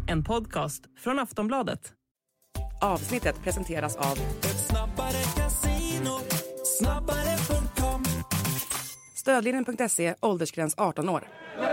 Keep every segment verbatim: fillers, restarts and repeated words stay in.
En podcast från Aftonbladet. Avsnittet presenteras av Ett snabbare casino, snabbare punkt com. Stödlinjen punkt se, åldersgräns arton år.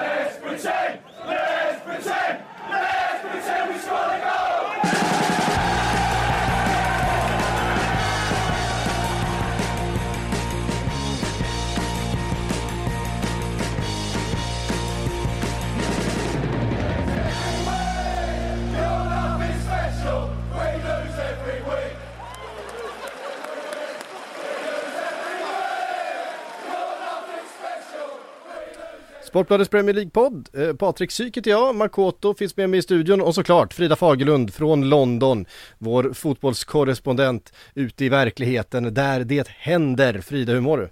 Sportbladets Premier League-podd. Eh, Patrik Syk heter jag, Makoto finns med mig i studion och såklart Frida Fagerlund från London, vår fotbollskorrespondent ute i verkligheten där det händer. Frida, hur mår du?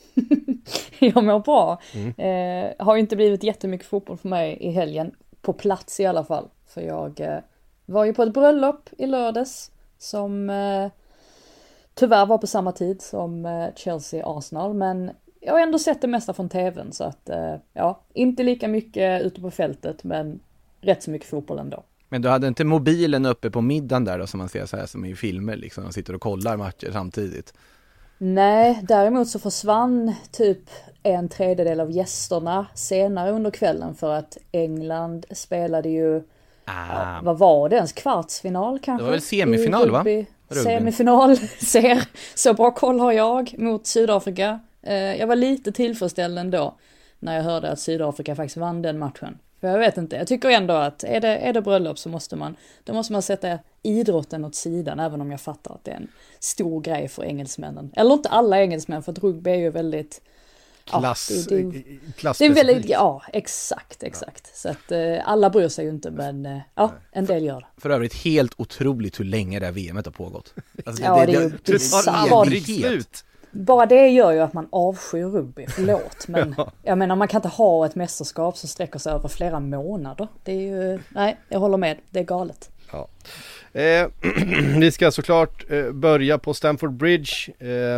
Jag mår bra. Mm. Eh, har ju inte blivit jättemycket fotboll för mig i helgen, på plats i alla fall. För jag eh, var ju på ett bröllop i lördags som eh, tyvärr var på samma tid som eh, Chelsea-Arsenal, men jag har ändå sett det mesta från tvn, så att ja, inte lika mycket ute på fältet, men rätt så mycket fotboll ändå. Men du hade inte mobilen uppe på middagen där då, som man ser så här som i filmer liksom, de sitter och kollar matcher samtidigt? Nej, däremot så försvann typ en tredjedel av gästerna senare under kvällen för att England spelade ju, ah. ja, vad var det ens, kvartsfinal kanske? Det var väl semifinal va? Rugby. Semifinal, ser, så bra koll har jag, mot Sydafrika. Jag var lite tillfredsställd ändå när jag hörde att Sydafrika faktiskt vann den matchen. För jag vet inte, jag tycker ändå att är det, är det bröllop så måste man, då måste man sätta idrotten åt sidan, även om jag fattar att det är en stor grej för engelsmännen. Eller inte alla engelsmän, för att rugby är ju väldigt Klass, ja, det, det, klass det är väldigt, ja, exakt, exakt. Ja. Så att eh, alla bryr sig ju inte, men eh, ja, en del gör det. För övrigt helt otroligt hur länge det här V M har pågått. Alltså, det, ja, det, det, det, det, det tar aldrig slut. Bara det gör ju att man avskyr rugby, förlåt. Men ja. Jag menar, man kan inte ha ett mästerskap som sträcker sig över flera månader. Det är ju, nej, jag håller med, det är galet. Ja. Eh, vi ska såklart eh, börja på Stamford Bridge. Eh,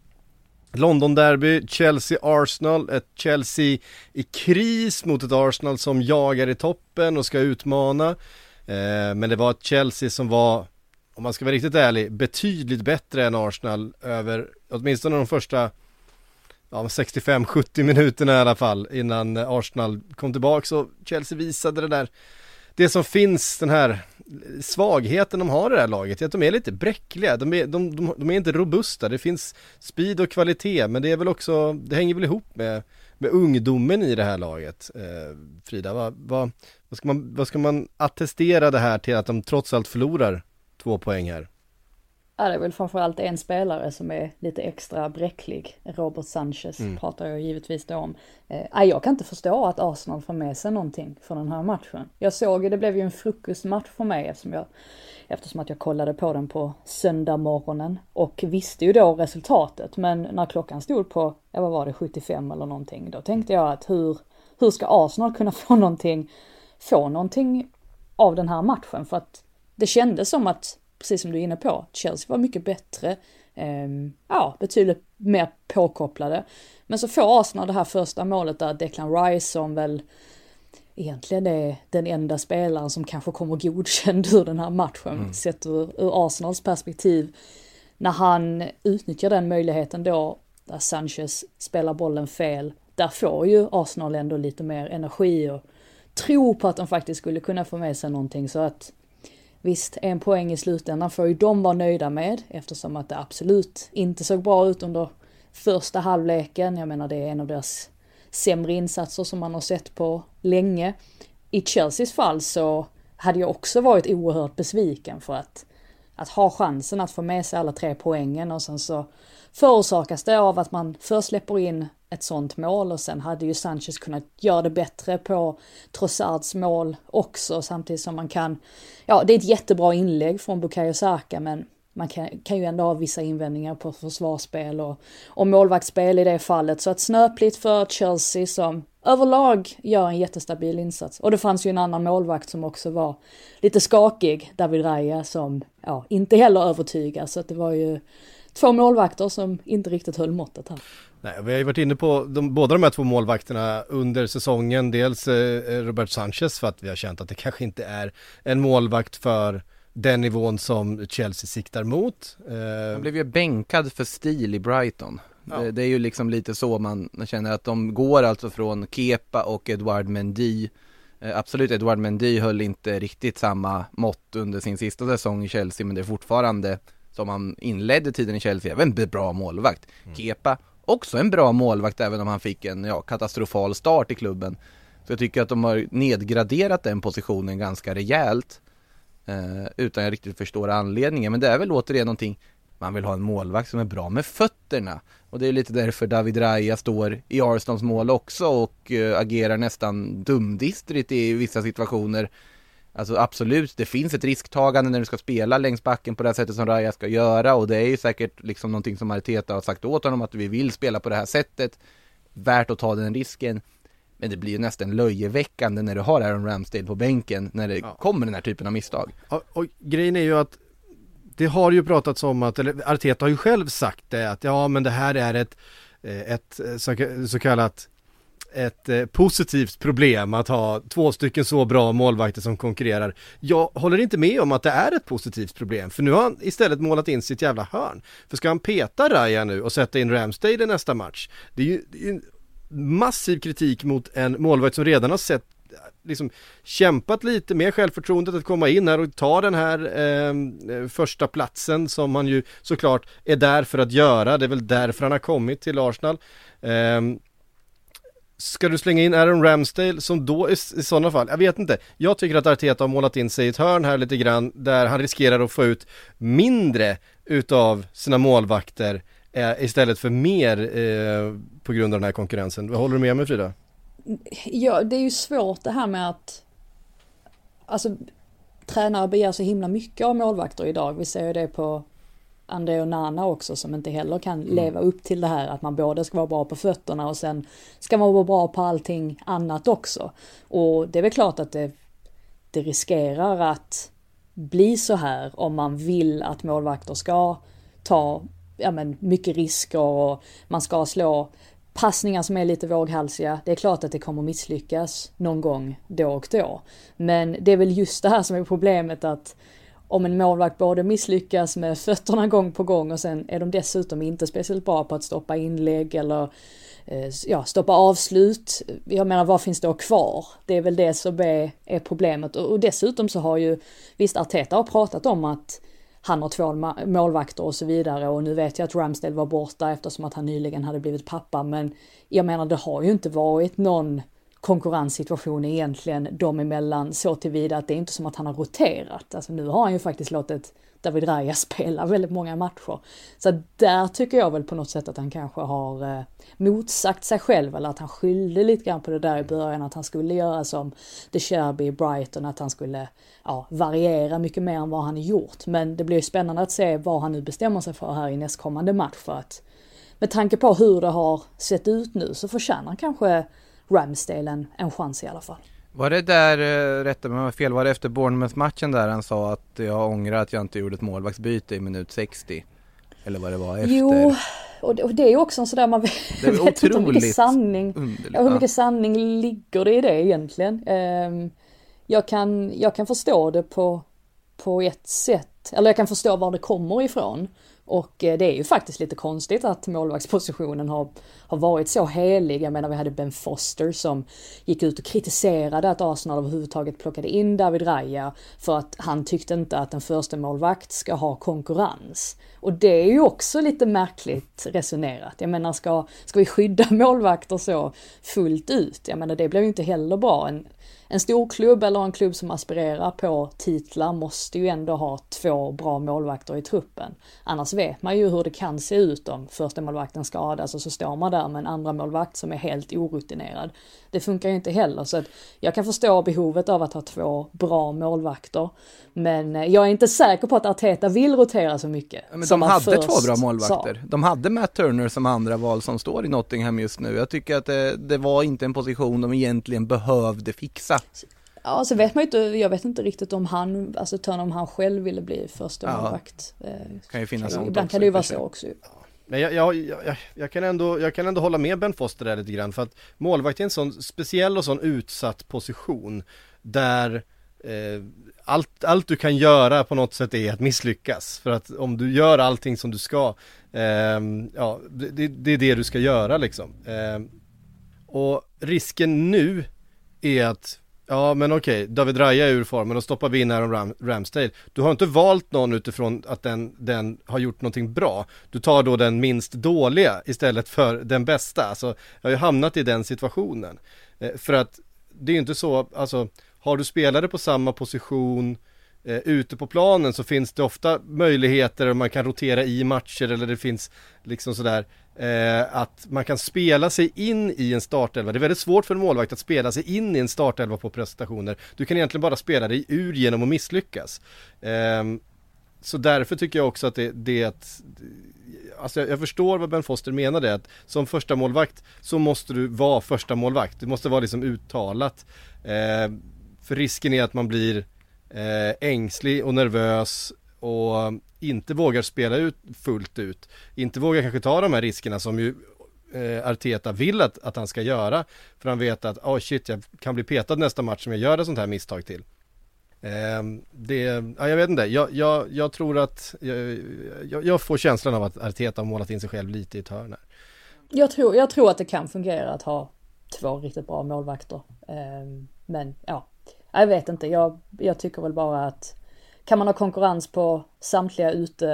London Derby, Chelsea-Arsenal. Ett Chelsea i kris mot ett Arsenal som jagar i toppen och ska utmana. Eh, men det var ett Chelsea som var, om man ska vara riktigt ärlig, betydligt bättre än Arsenal över åtminstone de första ja, sextiofem sjuttio minuterna i alla fall, innan Arsenal kom tillbaka. Så Chelsea visade det där, det som finns, den här svagheten de har i det här laget, är att de är lite bräckliga, de är, de, de, de är inte robusta, det finns speed och kvalitet, men det är väl också, det hänger väl ihop med, med ungdomen i det här laget. eh, Frida, vad, vad, vad, ska man, vad ska man attestera det här till att de trots allt förlorar två poäng här? Ja, det är väl framförallt en spelare som är lite extra bräcklig. Robert Sanchez mm. pratar jag givetvis då om. Eh, jag kan inte förstå att Arsenal får med sig någonting för den här matchen. Jag såg ju, det blev ju en frukostmatch för mig eftersom, jag, eftersom att jag kollade på den på söndag morgonen och visste ju då resultatet. Men när klockan stod på, ja, vad var det, sjuttiofem eller någonting, då tänkte jag att hur, hur ska Arsenal kunna få någonting, få någonting av den här matchen? För att det kändes som att, precis som du är inne på, Chelsea var mycket bättre, eh, ja, betydligt mer påkopplade. Men så får Arsenal det här första målet där Declan Rice, som väl egentligen är den enda spelaren som kanske kommer godkänd ur den här matchen, mm. sett ur, ur Arsenals perspektiv, när han utnyttjar den möjligheten då, där Sanchez spelar bollen fel, där får ju Arsenal ändå lite mer energi och tro på att de faktiskt skulle kunna få med sig någonting. Så att visst, en poäng i slutändan får ju de vara nöjda med, eftersom att det absolut inte såg bra ut under första halvleken. Jag menar, det är en av deras sämre insatser som man har sett på länge. I Chelseas fall så hade jag också varit oerhört besviken, för att, att ha chansen att få med sig alla tre poängen, och sen så förorsakas det av att man först släpper in ett sånt mål, och sen hade ju Sanchez kunnat göra det bättre på Trossards mål också, samtidigt som man kan, ja, det är ett jättebra inlägg från Bukayo Saka, men man kan, kan ju ändå ha vissa invändningar på försvarsspel och, och målvaktsspel i det fallet. Så att snöpligt för Chelsea, som överlag gör en jättestabil insats. Och det fanns ju en annan målvakt som också var lite skakig, David Raya, som ja, inte heller övertygar. Så att det var ju två målvakter som inte riktigt höll måttet här. Nej, vi har ju varit inne på de, båda de här två målvakterna under säsongen. Dels eh, Robert Sanchez, för att vi har känt att det kanske inte är en målvakt för den nivån som Chelsea siktar mot. Eh, Han blev ju bänkad för stil i Brighton. Ja. Det, det är ju liksom lite så man känner att de går alltså från Kepa och Edouard Mendy. Eh, absolut, Edouard Mendy höll inte riktigt samma mått under sin sista säsong i Chelsea, men det är fortfarande, som han inledde tiden i Chelsea, även en bra målvakt. Mm. Kepa, också en bra målvakt, även om han fick en ja, katastrofal start i klubben. Så jag tycker att de har nedgraderat den positionen ganska rejält. Uh, utan jag riktigt förstår anledningen. Men det är väl återigen någonting, man vill ha en målvakt som är bra med fötterna. Och det är lite därför David Raya står i Arsenals mål också och uh, agerar nästan dumdistrigt i vissa situationer. Alltså absolut, det finns ett risktagande när du ska spela längs backen på det här sättet som Raya ska göra. Och det är ju säkert liksom någonting som Arteta har sagt åt honom, att vi vill spela på det här sättet. Värt att ta den risken. Men det blir ju nästan löjeväckande när du har Aaron Ramsdale på bänken när det ja. kommer den här typen av misstag. Och, och grejen är ju att det har ju pratats om att, eller Arteta har ju själv sagt det, att ja men det här är ett, ett så, så kallat ett eh, positivt problem att ha två stycken så bra målvakter som konkurrerar. Jag håller inte med om att det är ett positivt problem, för nu har han istället målat in sitt jävla hörn. För ska han peta Raya nu och sätta in Ramsdale i nästa match, det är ju, det är ju massiv kritik mot en målvakt som redan har sett liksom kämpat lite med självförtroendet att komma in här och ta den här eh, första platsen som han ju såklart är där för att göra. Det är väl därför han har kommit till Arsenal. Eh, ska du slänga in Aaron Ramsdale som då i, i sådana fall, jag vet inte. Jag tycker att Arteta har målat in sig i ett hörn här lite grann där han riskerar att få ut mindre utav sina målvakter eh, istället för mer eh, på grund av den här konkurrensen. Vad håller du med mig, Frida? Ja, det är ju svårt det här med att alltså tränare begär så himla mycket av målvakter idag. Vi ser ju det på André Onana också, som inte heller kan mm. leva upp till det här att man både ska vara bra på fötterna och sen ska man vara bra på allting annat också. Och det är väl klart att det, det riskerar att bli så här om man vill att målvakter ska ta ja, men, mycket risker och man ska slå passningar som är lite våghalsiga. Det är klart att det kommer misslyckas någon gång då och då. Men det är väl just det här som är problemet, att om en målvakt både misslyckas med fötterna gång på gång och sen är de dessutom inte speciellt bra på att stoppa inlägg eller eh, ja, stoppa avslut. Jag menar, vad finns då kvar? Det är väl det som är, är problemet. Och, och dessutom så har ju, visst Arteta har pratat om att han har två målvakter och så vidare, och nu vet jag att Ramsdale var borta eftersom att han nyligen hade blivit pappa, men jag menar det har ju inte varit någon konkurrenssituation egentligen dem emellan så tillvida att det är inte som att han har roterat. Alltså nu har han ju faktiskt låtit David Raya spela väldigt många matcher. Så där tycker jag väl på något sätt att han kanske har eh, motsagt sig själv, eller att han skyllde lite grann på det där i början, att han skulle göra som The Sherby i Brighton, att han skulle ja, variera mycket mer än vad han har gjort. Men det blir ju spännande att se vad han nu bestämmer sig för här i nästkommande match, för att med tanke på hur det har sett ut nu så förtjänar kanske Ramsdale en, en chans i alla fall. Var det där, rätta mig om jag fel, var det efter Bournemouth-matchen där han sa att jag ångrar att jag inte gjorde ett målvaktsbyte i minut sextio? Eller vad det var efter? Jo, och det, och det är ju också en sådär, man vet, det är vet inte hur mycket sanning, underligt. hur mycket sanning ligger det i det egentligen. Um, jag, kan, jag kan förstå det på, på ett sätt, eller jag kan förstå var det kommer ifrån. Och det är ju faktiskt lite konstigt att målvaktspositionen har, har varit så helig. Jag menar, vi hade Ben Foster som gick ut och kritiserade att Arsenal överhuvudtaget plockade in David Raya för att han tyckte inte att en första målvakt ska ha konkurrens. Och det är ju också lite märkligt resonerat. Jag menar, ska, ska vi skydda målvakter så fullt ut? Jag menar, det blir ju inte heller bra. En, En stor klubb eller en klubb som aspirerar på titlar måste ju ändå ha två bra målvakter i truppen. Annars vet man ju hur det kan se ut om första målvakten skadas och så står man där med en andra målvakt som är helt orutinerad. Det funkar ju inte heller, så att jag kan förstå behovet av att ha två bra målvakter. Men jag är inte säker på att Arteta vill rotera så mycket. Ja, men som de hade två bra sa. målvakter. De hade Matt Turner som andra val som står i Nottingham just nu. Jag tycker att det, det var inte en position de egentligen behövde fixa. Ja, så vet man ju inte, jag vet inte riktigt om han, alltså Turner, om han själv ville bli första Ja. målvakt. Eh, Kan ju finnas sånt ibland också, kan det ju i och vara för sig. så också. Men jag, jag, jag, jag, kan ändå, jag kan ändå hålla med Ben Foster där lite grann, för att målvakt är en sån speciell och sån utsatt position där eh, allt, allt du kan göra på något sätt är att misslyckas. För att om du gör allting som du ska, eh, ja, det, det är det du ska göra liksom. Eh, och risken nu är att ja men okej, David Raya är ur formen och stoppar vi in Aaron Ram- Ramsdale. Du har inte valt någon utifrån att den, den har gjort någonting bra. Du tar då den minst dåliga istället för den bästa. Alltså, jag har ju hamnat i den situationen. Eh, för att det är ju inte så, alltså har du spelare på samma position eh, ute på planen så finns det ofta möjligheter och man kan rotera i matcher eller det finns liksom sådär eh, att man kan spela sig in i en startelva. Det är väldigt svårt för en målvakt att spela sig in i en startelva på prestationer. Du kan egentligen bara spela dig ur genom att misslyckas. Eh, så därför tycker jag också att det, det är att alltså jag, jag förstår vad Ben Foster menade, att som första målvakt så måste du vara första målvakt. Det måste vara liksom uttalat. Eh, för risken är att man blir eh, ängslig och nervös och inte vågar spela ut fullt ut. Inte vågar kanske ta de här riskerna som ju eh, Arteta vill att, att han ska göra. För han vet att, oh shit, jag kan bli petad nästa match som jag gör ett sånt här misstag till. Eh, det, ja, jag vet inte, jag, jag, jag tror att jag, jag, jag får känslan av att Arteta har målat in sig själv lite i ett hörn här. Jag tror, jag tror att det kan fungera att ha två riktigt bra målvakter. Eh, men ja, jag vet inte. Jag, jag tycker väl bara att kan man ha konkurrens på samtliga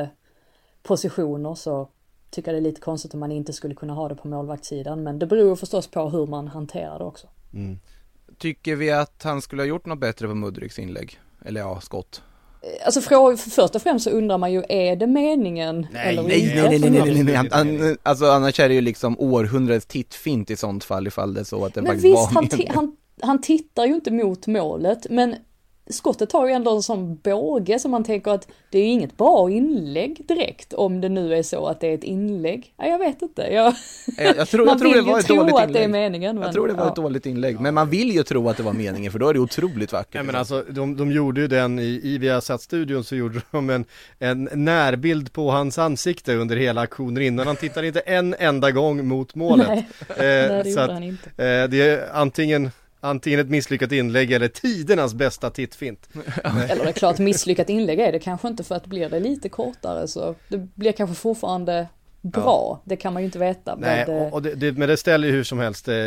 utepositioner så tycker jag det är lite konstigt om man inte skulle kunna ha det på målvaktssidan. Men det beror förstås på hur man hanterar det också. Mm. Tycker vi att han skulle ha gjort något bättre på Mudryks inlägg? Eller ja, skott. Alltså för, först och främst så undrar man ju, är det meningen Nej, eller nej, inte? nej, nej, nej, nej, nej, nej. Han- Han, alltså annars är det ju liksom århundradets tittfint i sånt fall, ifall det är så att det Men faktiskt visst, var han, ti- meningen. han, han tittar ju inte mot målet, men skottet tar ju ändå en sån båge som man tänker att det är inget bra inlägg direkt, om det nu är så att det är ett inlägg. Ja, jag vet inte. Jag, Jag, jag tror, man jag tror det vill var ju ett tro dåligt att det är inlägg. meningen. Men, Jag tror det var ja. ett dåligt inlägg, men man vill ju tro att det var meningen, för då är det otroligt vackert. Nej men alltså de, de gjorde ju den i, i Viasat-studion så gjorde de en, en närbild på hans ansikte under hela aktionen innan. Han tittade inte en enda gång mot målet. Nej, eh, det så gjorde att, han inte. eh, det är antingen, antingen ett misslyckat inlägg eller tidernas bästa tittfint. Eller det är klart, misslyckat inlägg är det kanske inte, för att blir det lite kortare så det blir kanske fortfarande bra. Ja. Det kan man ju inte veta. Nej, men det, och det, det, men det ställer ju hur som helst eh,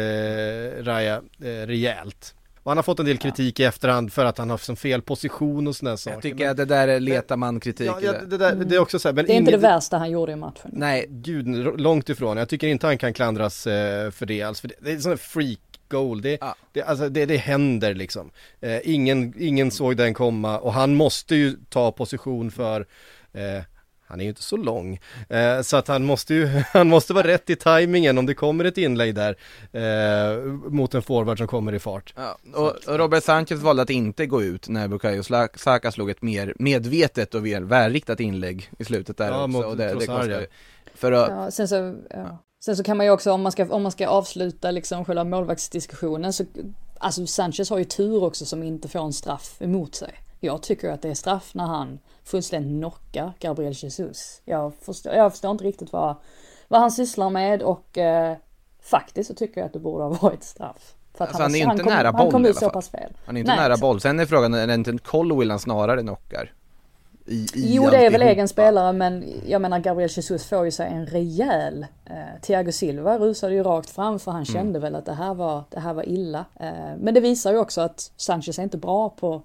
Raya eh, rejält. Och han har fått en del kritik ja. i efterhand för att han har som fel position och sådana saker. Jag tycker att det där letar man kritik ja, i ja, det. det, där, det är också så här, men det är inte ingen, det värsta han gjorde i matchen. Nej, Gud, långt ifrån. Jag tycker inte han kan klandras eh, för det alls. För det, det är sån här freak goal. Det, Ja. det, alltså, det, det händer liksom. Eh, ingen, ingen såg den komma och han måste ju ta position för eh, han är ju inte så lång. Eh, så att han måste ju han måste vara rätt i tajmingen om det kommer ett inlägg där eh, mot en forward som kommer i fart. ja. och, och Robert Sanchez valde att inte gå ut när Bukayo Saka slog ett mer medvetet och mer välriktat inlägg i slutet där Ja, också. mot Och det, det Trossard, kostar ju. ja. För att, Ja, sen så, ja. Sen så kan man ju också, om man ska, om man ska avsluta liksom själva målvaktsdiskussionen, så alltså Sanchez har ju tur också som inte får en straff emot sig. Jag tycker att det är straff när han fullständigt knockar Gabriel Jesus. Jag förstår, jag förstår inte riktigt vad, vad han sysslar med, och eh, faktiskt så tycker jag att det borde ha varit straff. För att Alltså, han är ju han inte kom, nära han boll kom i ut alla så fall. pass fel. han är inte Nej. nära boll. Sen är frågan, är det inte en Colwill han snarare knockar? I, i Jo, det är väl alltihopa. egen spelare, men jag menar Gabriel Jesus får ju sig en rejäl eh, Thiago Silva rusade ju rakt fram, för han kände mm. väl att det här var, det här var illa. Eh, men det visar ju också att Sanchez är inte bra på,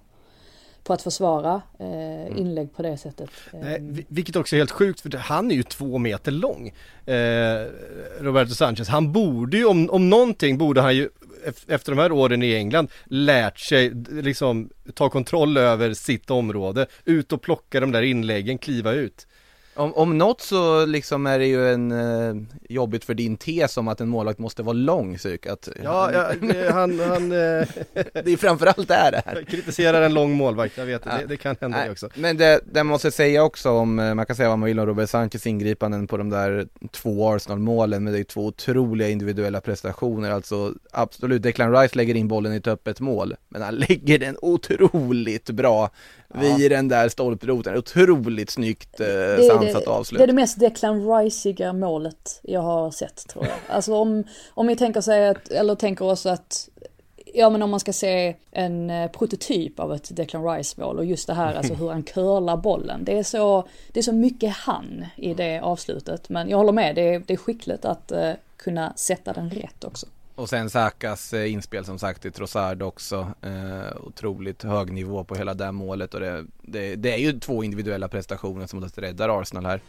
på att försvara eh, inlägg på det sättet. Nej, vilket också är helt sjukt, för han är ju två meter lång, eh, Roberto Sanchez. Han borde ju, om, om någonting borde han ju efter de här åren i England lärt sig liksom ta kontroll över sitt område, ut och plocka de där inläggen, kliva ut. Om, om något så liksom är det ju en eh, jobbigt för din tes om att en målvakt måste vara lång, Syk. Att, Ja, ja det, han, han eh, det är framförallt det är det här. kritiserar en lång målvakt, jag vet, ja. det, det kan hända Nej, det också. Men det, det måste jag säga också om, man kan säga vad man vill om Robert Sanchez ingripanden på de där två Arsenal-målen, men det är två otroliga individuella prestationer. Alltså absolut, Declan Rice lägger in bollen i ett öppet mål, men han lägger den otroligt bra vid ja. den där stolproten. Otroligt snyggt eh, det, sansat det, avslut. Det är det mest Declan Rice-iga målet jag har sett, tror jag. Alltså om, om vi tänker sig att, eller tänker oss att, ja men om man ska se en eh, prototyp av ett Declan Rice-mål och just det här, alltså hur han curlar bollen. Det är så, det är så mycket han i det avslutet. Men jag håller med, det är, det är skickligt att eh, kunna sätta den rätt också. Och sen Sakas eh, inspel som sagt i Trossard också. Eh, otroligt hög nivå på hela det målet. Och det, det, det är ju två individuella prestationer som måste rädda Arsenal här.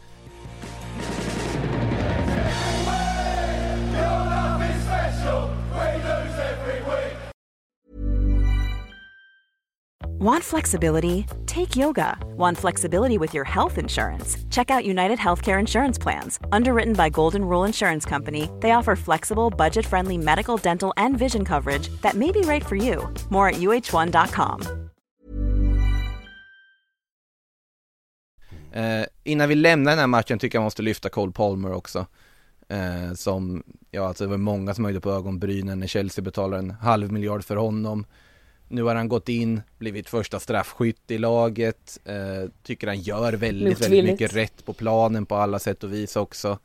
Want flexibility? Take yoga. Want flexibility with your health insurance? Check out United Healthcare Insurance Plans. Underwritten by Golden Rule Insurance Company, they offer flexible, budget-friendly medical, dental, and vision coverage that may be right for you. More at u h one dot com. Eh, innan vi lämnar den här matchen tycker jag måste lyfta Cole Palmer också. Eh, som, ja alltså det var många som höjde på ögonbrynen när Chelsea betalade en halv miljard för honom. Nu har han gått in, blivit första straffskytt i laget. Eh, tycker han gör väldigt, väldigt mycket rätt på planen på alla sätt och vis också.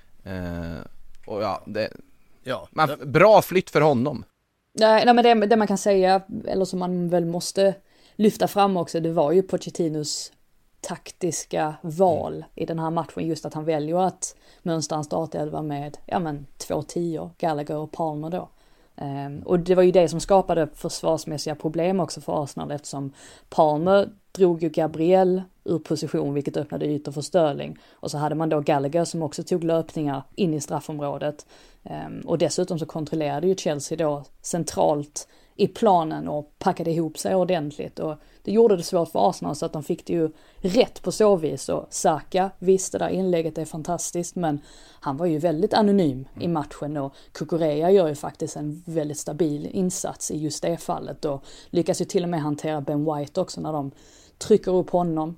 Eh, och ja, det, ja man, bra flytt för honom. Nej, nej men det, det man kan säga, eller som man väl måste lyfta fram också, det var ju Pochettinos taktiska val mm. i den här matchen. Just att han väljer att mönstra en startelva med ja, men, två tio, Gallagher och Palmer då. Um, och det var ju det som skapade försvarsmässiga problem också för Arsenal, eftersom Palmer drog ju Gabriel ur position, vilket öppnade ytor för Sterling, och så hade man då Gallagher som också tog löpningar in i straffområdet, um, och dessutom så kontrollerade ju Chelsea då centralt i planen och packade ihop sig ordentligt, och det gjorde det svårt för Arsenal, så att de fick det ju rätt på så vis. Och Saka, visst det där inlägget är fantastiskt, men han var ju väldigt anonym i matchen, och Kukureya gör ju faktiskt en väldigt stabil insats i just det fallet och lyckas ju till och med hantera Ben White också när de trycker upp honom.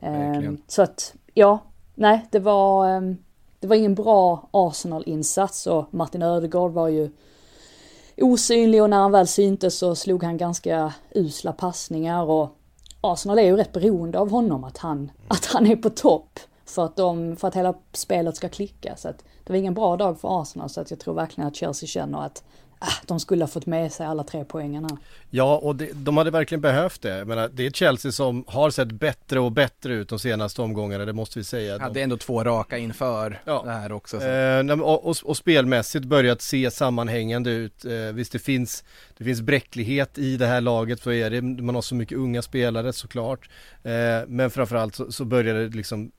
Um, så att ja, nej det var um, det var ingen bra Arsenal-insats, och Martin Ödegaard var ju osynlig, och när han väl syntes så slog han ganska usla passningar, och Arsenal är ju rätt beroende av honom, att han, att han är på topp för att, de, för att hela spelet ska klicka. Så att det var ingen bra dag för Arsenal, så att jag tror verkligen att Chelsea känner att ah, de skulle ha fått med sig alla tre poängarna. Ja, och det, de hade verkligen behövt det. Jag menar, det är Chelsea som har sett bättre och bättre ut de senaste omgångarna, det måste vi säga. Ja, det är ändå två raka inför ja. det här också. Eh, och, och, och spelmässigt börjat se sammanhängande ut. Eh, visst, det finns, det finns bräcklighet i det här laget, för är det, man har så mycket unga spelare såklart. Eh, men framförallt så, så börjar det liksom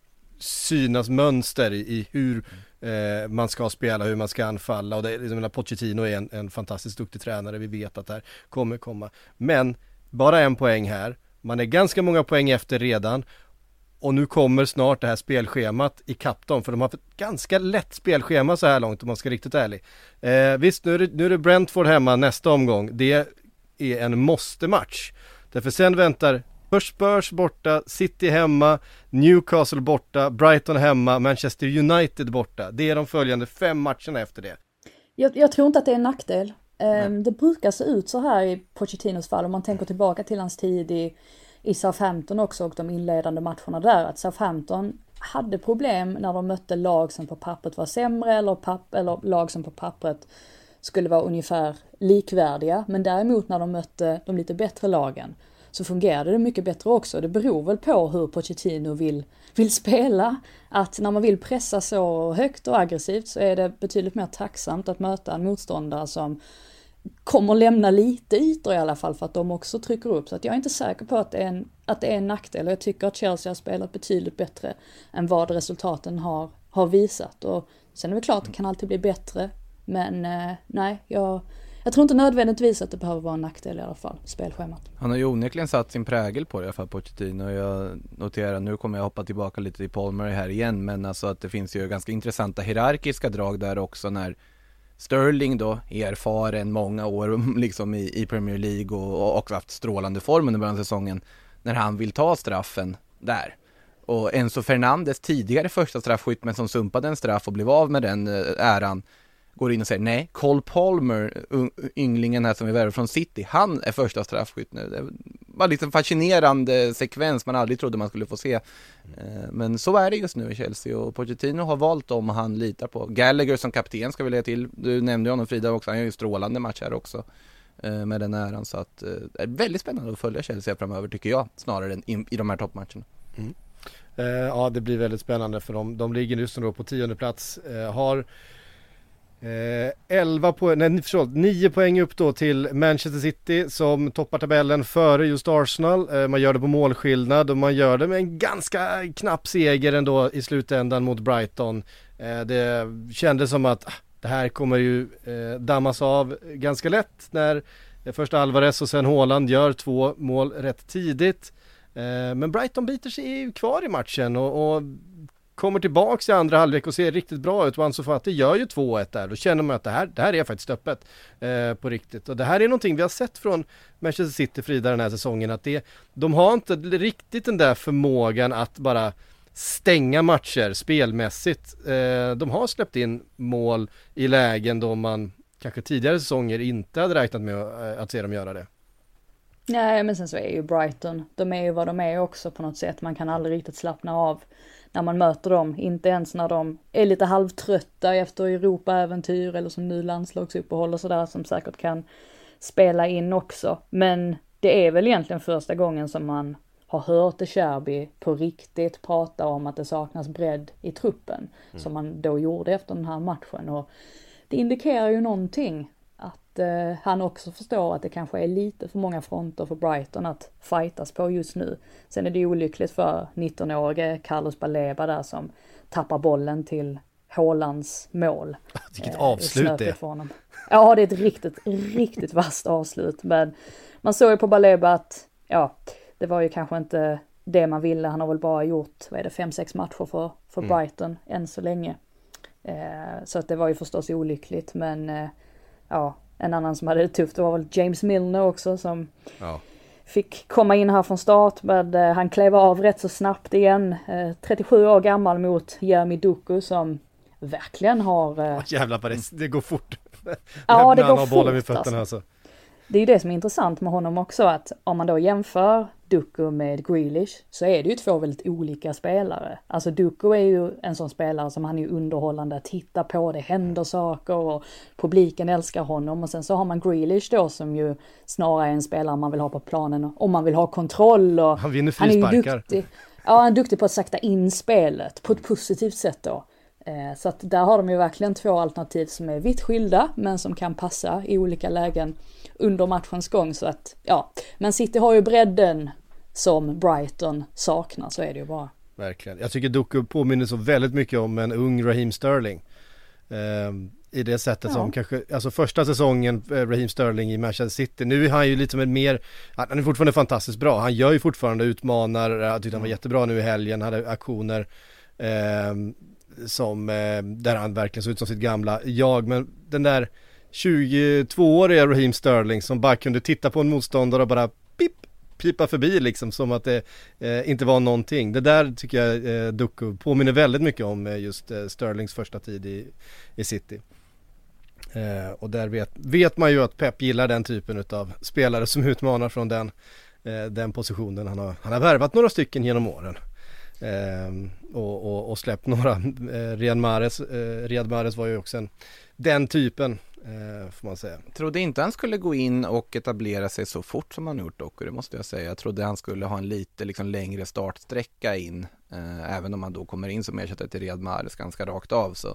synas mönster i, i hur eh, man ska spela, hur man ska anfalla, och det är liksom, Pochettino är en, en fantastiskt duktig tränare, vi vet att det här kommer komma, men bara en poäng här, man är ganska många poäng efter redan, och nu kommer snart det här spelschemat i kapp dem, för de har ett ganska lätt spelschema så här långt om man ska riktigt ärlig. Eh, visst, nu är, det, nu är det Brentford hemma nästa omgång, det är en måste-match, därför sen väntar först Spurs borta, City hemma, Newcastle borta, Brighton hemma, Manchester United borta. Det är de följande fem matcherna efter det. Jag, jag tror inte att det är en nackdel. Um, det brukar se ut så här i Pochettinos fall, om man tänker tillbaka till hans tid i, i Southampton också, och de inledande matcherna där, att Southampton hade problem när de mötte lag som på pappret var sämre, eller, papp, eller lag som på pappret skulle vara ungefär likvärdiga, men däremot när de mötte de lite bättre lagen så fungerade det mycket bättre också. Det beror väl på hur Pochettino vill, vill spela. Att när man vill pressa så högt och aggressivt så är det betydligt mer tacksamt att möta en motståndare som kommer lämna lite ytor i alla fall, för att de också trycker upp. Så att jag är inte säker på att det är en, att det är en nackdel. Jag tycker att Chelsea har spelat betydligt bättre än vad resultaten har, har visat. Och sen är det klart att det kan alltid bli bättre. Men eh, nej, jag... jag tror inte nödvändigtvis att det behöver vara en nackdel i alla fall, spelschemat. Han har ju onekligen satt sin prägel på det i alla fall, Pochettino. Jag noterar, nu kommer jag hoppa tillbaka lite till Paul Murray här igen, men alltså att det finns ju ganska intressanta hierarkiska drag där också, när Sterling då, erfaren många år liksom i, i Premier League och, och också haft strålande form under början av säsongen, när han vill ta straffen där. Och Enzo Fernandes, tidigare första straffskytt men som sumpade en straff och blev av med den äran, går in och säger nej, Cole Palmer, ynglingen här som vi värvar från City, han är första straffskytt nu. Det var lite en fascinerande sekvens man aldrig trodde man skulle få se. Men så är det just nu i Chelsea, och Pochettino har valt om han litar på. Gallagher som kapten ska vi lägga till. Du nämnde honom, Frida, också. Han gör ju strålande match här också med den äran. Så att det är väldigt spännande att följa Chelsea framöver, tycker jag, snarare än i, i de här toppmatcherna. Mm. Eh, ja, det blir väldigt spännande för dem. De ligger just nu då på tionde plats. Eh, har Eh, elva poäng, nej förlåt, nio poäng upp då till Manchester City som toppar tabellen före just Arsenal. Eh, man gör det på målskillnad och man gör det med en ganska knapp seger ändå i slutändan mot Brighton. Eh, det kändes som att ah, det här kommer ju eh, dammas av ganska lätt när eh, först Alvarez och sen Haaland gör två mål rätt tidigt. Eh, men Brighton biter sig ju kvar i matchen och, och kommer tillbaks i andra halvlek och ser riktigt bra ut. Ansu Fati gör ju två ett där. Då känner man att det här, det här är faktiskt öppet eh, på riktigt. Och det här är någonting vi har sett från Manchester City, Frida, den här säsongen. Att det, de har inte riktigt den där förmågan att bara stänga matcher spelmässigt. Eh, de har släppt in mål i lägen då man kanske tidigare säsonger inte hade räknat med att, att se dem göra det. Nej, men sen så är ju Brighton, de är ju vad de är också på något sätt. Man kan aldrig riktigt slappna av när man möter dem, inte ens när de är lite halvtrötta efter Europa-äventyr eller som nu landslagsuppehåll och sådär, som säkert kan spela in också. Men det är väl egentligen första gången som man har hört Cherby på riktigt prata om att det saknas bredd i truppen, mm. som man då gjorde efter den här matchen. Och det indikerar ju någonting, att eh, han också förstår att det kanske är lite för många fronter för Brighton att fightas på just nu. Sen är det ju olyckligt för nittonårige Carlos Baleba där som tappar bollen till Haalands mål. Vilket eh, avslut det. Ja, det är ett riktigt, riktigt vasst avslut. Men man såg ju på Baleba att ja, det var ju kanske inte det man ville. Han har väl bara gjort, vad är det, fem, sex matcher för, för mm. Brighton än så länge. Eh, så att det var ju förstås olyckligt, men eh, ja, en annan som hade det tufft, det var väl James Milner också som ja. fick komma in här från start, men eh, han klev av rätt så snabbt igen. Eh, trettiosju år gammal mot Jeremy Doku som verkligen har... Eh... Oh, jävlar vad det, det går fort. Ja, det går bollen fort. Fötterna, alltså. alltså. Det är ju det som är intressant med honom också, att om man då jämför Doku med Grealish så är det ju två väldigt olika spelare. Alltså Doku är ju en sån spelare som han är underhållande att titta på, det händer saker och publiken älskar honom. Och sen så har man Grealish då som ju snarare är en spelare man vill ha på planen om man vill ha kontroll. Och han vinner frisparkar. Han är ju duktig. Ja, han är duktig på att sakta in spelet på ett positivt sätt då. Så att där har de ju verkligen två alternativ som är vitt skilda men som kan passa i olika lägen under matchens gång. Så att ja, men City har ju bredden som Brighton saknar, så är det ju bara. Verkligen. Jag tycker Doku påminner så väldigt mycket om en ung Raheem Sterling. Ehm, I det sättet ja. som kanske, alltså första säsongen eh, Raheem Sterling i Manchester City. Nu är han ju lite med mer, han är fortfarande fantastiskt bra. Han gör ju fortfarande utmanar, jag tyckte han var jättebra nu i helgen, hade aktioner ehm, som, eh, där han verkligen såg ut som sitt gamla jag. Men den där tjugotvååriga Raheem Sterling som bara kunde titta på en motståndare och bara pip, pipa förbi liksom, som att det eh, inte var någonting. Det där tycker jag eh, Doku påminner väldigt mycket om eh, just eh, Sterlings första tid i, i City. Eh, och där vet, vet man ju att Pep gillar den typen av spelare som utmanar från den, eh, den positionen. Han har, han har värvat några stycken genom åren. Eh, och, och, och släppt några. eh, Riyad Mahrez, eh, Riyad Mahrez var ju också en, den typen, eh, får man säga. Jag trodde inte han skulle gå in och etablera sig så fort som han gjort dock, det måste jag säga. Jag trodde han skulle ha en lite liksom, längre startsträcka in, eh, även om han då kommer in som ersättare till Riyad Mahrez ganska rakt av, så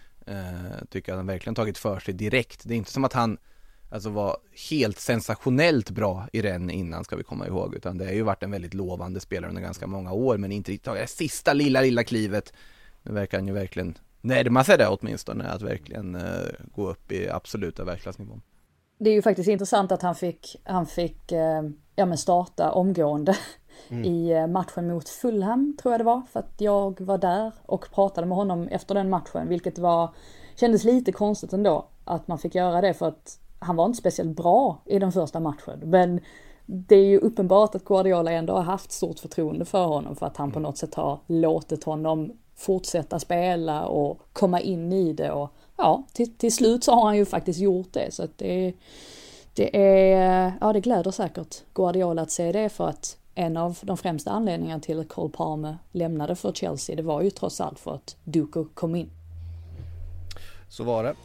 eh, tycker jag att han verkligen tagit för sig direkt. Det är inte som att han alltså var helt sensationellt bra i den innan, ska vi komma ihåg, utan det har ju varit en väldigt lovande spelare under ganska många år, men inte riktigt tagit det sista lilla lilla klivet. Nu verkar han ju verkligen närma sig det åtminstone, att verkligen uh, gå upp i absoluta världsklassnivån. Det är ju faktiskt intressant att han fick, han fick eh, ja, men starta omgående mm. i matchen mot Fulham, tror jag det var. För att jag var där och pratade med honom efter den matchen, vilket var, kändes lite konstigt ändå att man fick göra det, för att han var inte speciellt bra i den första matchen. Men det är ju uppenbart att Guardiola ändå har haft stort förtroende för honom, för att han på något sätt har låtit honom fortsätta spela och komma in i det. Och ja, till, till slut så har han ju faktiskt gjort det. Så att det, det är, ja, det gläder säkert Guardiola att se det, för att en av de främsta anledningarna till att Cole Palmer lämnade för Chelsea, det var ju trots allt för att Doku kom in. Så var det.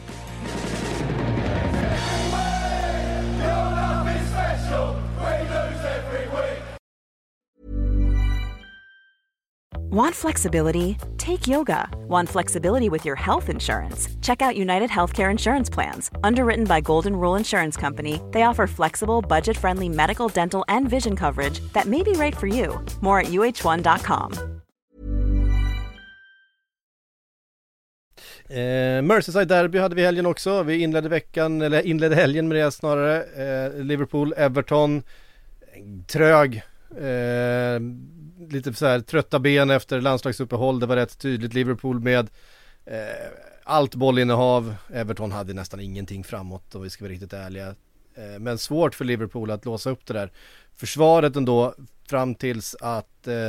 Want flexibility? Take yoga. Want flexibility with your health insurance? Check out United Healthcare Insurance Plans. Underwritten by Golden Rule Insurance Company, they offer flexible, budget-friendly medical, dental, and vision coverage that may be right for you. More at U H one dot com. Eh, Merseyside Derby hade vi helgen också. Vi inledde veckan, eller inledde helgen med det snarare. Eh, Liverpool, Everton, trög. Eh, lite så här trötta ben efter landslagsuppehåll. Det var rätt tydligt. Liverpool med eh, allt bollinnehav. Everton hade nästan ingenting framåt, om vi ska vara riktigt ärliga. Eh, men svårt för Liverpool att låsa upp det där försvaret ändå, fram tills att eh,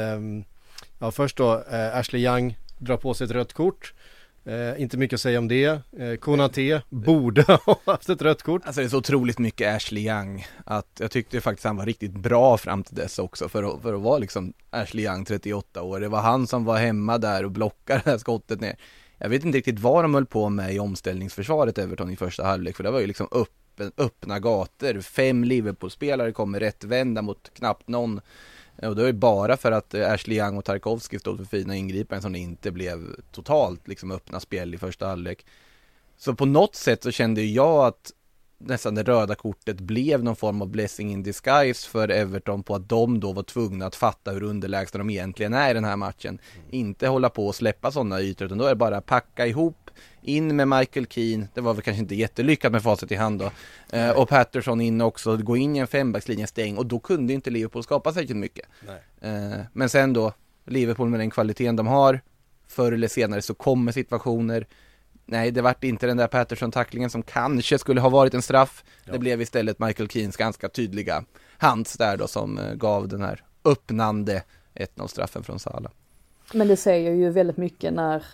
ja, först då eh, Ashley Young drar på sig ett rött kort. Eh, inte mycket att säga om det. eh, Konaté borde ha haft ett rött kort. Alltså det är så otroligt mycket Ashley Young, att jag tyckte faktiskt han var riktigt bra fram till dess också, för att, för att vara liksom Ashley Young, trettioåtta år. Det var han som var hemma där och blockade det här skottet ner. Jag vet inte riktigt vad de höll på med i omställningsförsvaret Everton i första halvlek, för det var ju liksom öppen, öppna gator. Fem Liverpool-spelare kommer rätt vända mot knappt någon. Och det är bara för att Ashley Young och Tarkovsky stod för fina ingripanden som det inte blev totalt liksom öppna spel i första halvlek. Så på något sätt så kände jag att nästan det röda kortet blev någon form av blessing in disguise för Everton, på att de då var tvungna att fatta hur underlägsna de egentligen är i den här matchen. Mm. Inte hålla på och släppa sådana ytor, utan då är det bara packa ihop, in med Michael Keane, det var väl kanske inte jättelyckat med facit i hand då, eh, och Patterson in också, gå in i en fembackslinje stäng, och då kunde inte Liverpool skapa sig mycket. Eh, men sen då, Liverpool med den kvaliteten de har, förr eller senare så kommer situationer. Nej, det var inte den där Patterson-tacklingen som kanske skulle ha varit en straff. Ja. Det blev istället Michael Keanes ganska tydliga hands där då, som eh, gav den här öppnande ett noll-straffen från Salah. Men det säger ju väldigt mycket när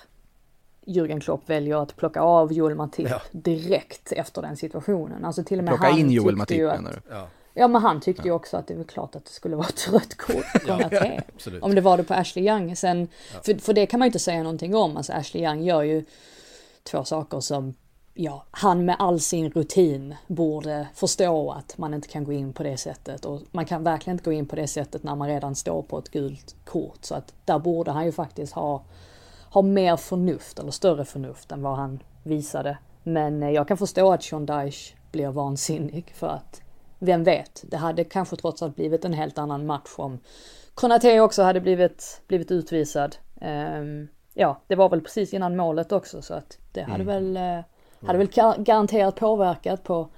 Jürgen Klopp väljer att plocka av Joel Matip ja. direkt efter den situationen. Alltså till och med plocka han in Joel Matip, att, menar du? Ja. ja, men han tyckte ja. ju också att det var klart att det skulle vara ett rött kort ja, ja, om det var det på Ashley Young. Sen, ja. för, för det kan man ju inte säga någonting om. Alltså Ashley Young gör ju två saker som ja, han med all sin rutin borde förstå, att man inte kan gå in på det sättet. Och man kan verkligen inte gå in på det sättet när man redan står på ett gult kort. Så att där borde han ju faktiskt ha, ha mer förnuft, eller större förnuft än vad han visade. Men jag kan förstå att Sean Dyche blir vansinnig, för att vem vet, det hade kanske trots allt blivit en helt annan match om Konaté också hade blivit, blivit utvisad. Um, ja, det var väl precis innan målet också, så att det hade mm. väl eh, hade väl garanterat påverkat på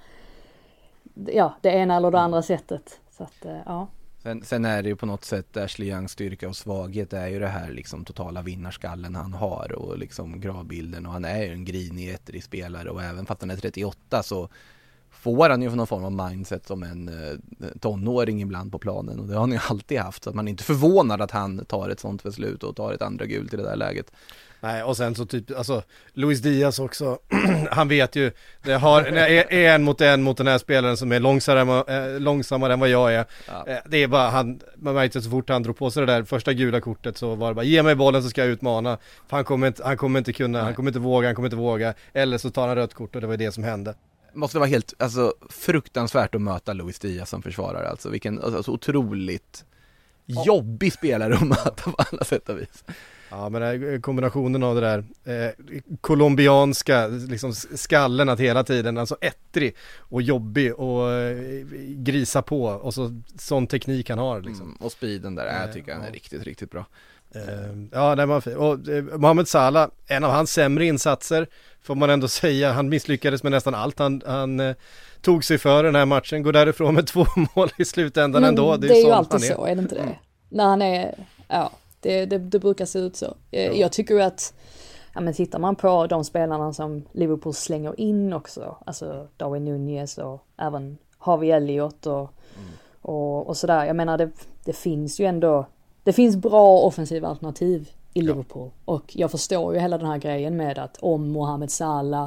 ja, det ena eller det andra sättet. Så att, eh, ja. Sen, sen är det ju på något sätt Ashley Youngs styrka och svaghet är ju det här liksom totala vinnarskallen han har, och liksom gravbilden, och han är ju en grinig, ettrig spelare, och även fast han är trettioåtta så får han ju någon form av mindset som en eh, tonåring ibland på planen, och det har han ju alltid haft, så att man är inte förvånad att han tar ett sånt beslut och tar ett andra gult i det där läget. Nej, och sen så typ, alltså Luis Diaz också, han vet ju, det har är en mot en mot den här spelaren som är långsammare, äh, långsammare än vad jag är. Ja. Det är bara, han, man märkte så fort han drog på sig det där första gula kortet, så var det bara, ge mig bollen så ska jag utmana. För han kommer inte, han kommer inte kunna, Nej. han kommer inte våga, han kommer inte våga, eller så tar han rött kort, och det var det som hände. Måste vara helt alltså, fruktansvärt att möta Luis Diaz som försvarare, alltså vilken alltså, otroligt ja. jobbig spelare att möta på alla sätt och vis. Ja, men kombinationen av det där eh, colombianska liksom skallen, att hela tiden, alltså ettrig och jobbig och eh, grisa på, och så sån teknik han har liksom. Mm, och speeden där, jag tycker eh, han är ja. riktigt, riktigt bra. Uh, ja, det var fint. Och uh, Mohamed Salah, en av hans sämre insatser får man ändå säga. Han misslyckades med nästan allt. Han, han uh, tog sig för den här matchen, går därifrån med två mål i slutändan. Men ändå. Det är, det är ju alltid är. så, är det inte det? Mm. När han är, ja, det, det, det brukar se ut så. Ja. Jag tycker att, ja, men tittar man på de spelarna som Liverpool slänger in också, alltså Darwin Nunez och även Harvey Elliott och, mm. och, och sådär. Jag menar, det, det finns ju ändå, det finns bra offensiva alternativ i Liverpool. Ja. Och jag förstår ju hela den här grejen med att om Mohamed Salah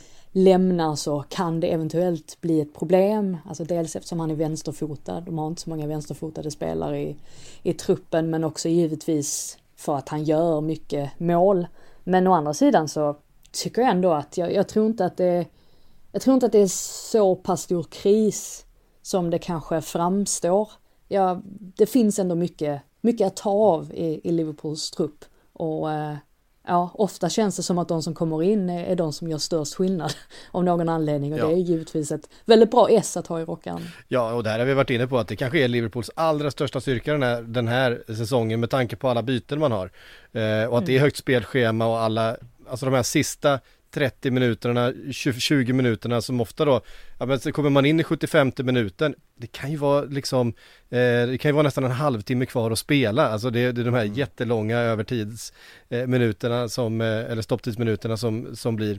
lämnar så kan det eventuellt bli ett problem. Alltså dels eftersom han är vänsterfotad. De har inte så många vänsterfotade spelare i, i truppen, men också givetvis för att han gör mycket mål. Men å andra sidan så tycker jag ändå att jag, jag tror inte att det jag tror inte att det är så pass stor kris som det kanske framstår. Ja, det finns ändå mycket, mycket att ta av i, i Liverpools trupp. Och eh, ja, ofta känns det som att de som kommer in är, är de som gör störst skillnad av någon anledning. Och ja. Det är givetvis ett väldigt bra S att ha i rockaren. Ja, och där har vi varit inne på att det kanske är Liverpools allra största styrka den här, den här säsongen med tanke på alla byten man har. Eh, och att mm. det är högt spelschema och alla, alltså de här sista trettio minuterna, tjugo minuterna som ofta då, ja, men så kommer man in i sjuttiofemte minuten, det kan ju vara liksom, eh, det kan ju vara nästan en halvtimme kvar att spela, alltså det, det är de här mm. jättelånga övertidsminuterna eh, som, eh, eller stopptidsminuterna som, som blir,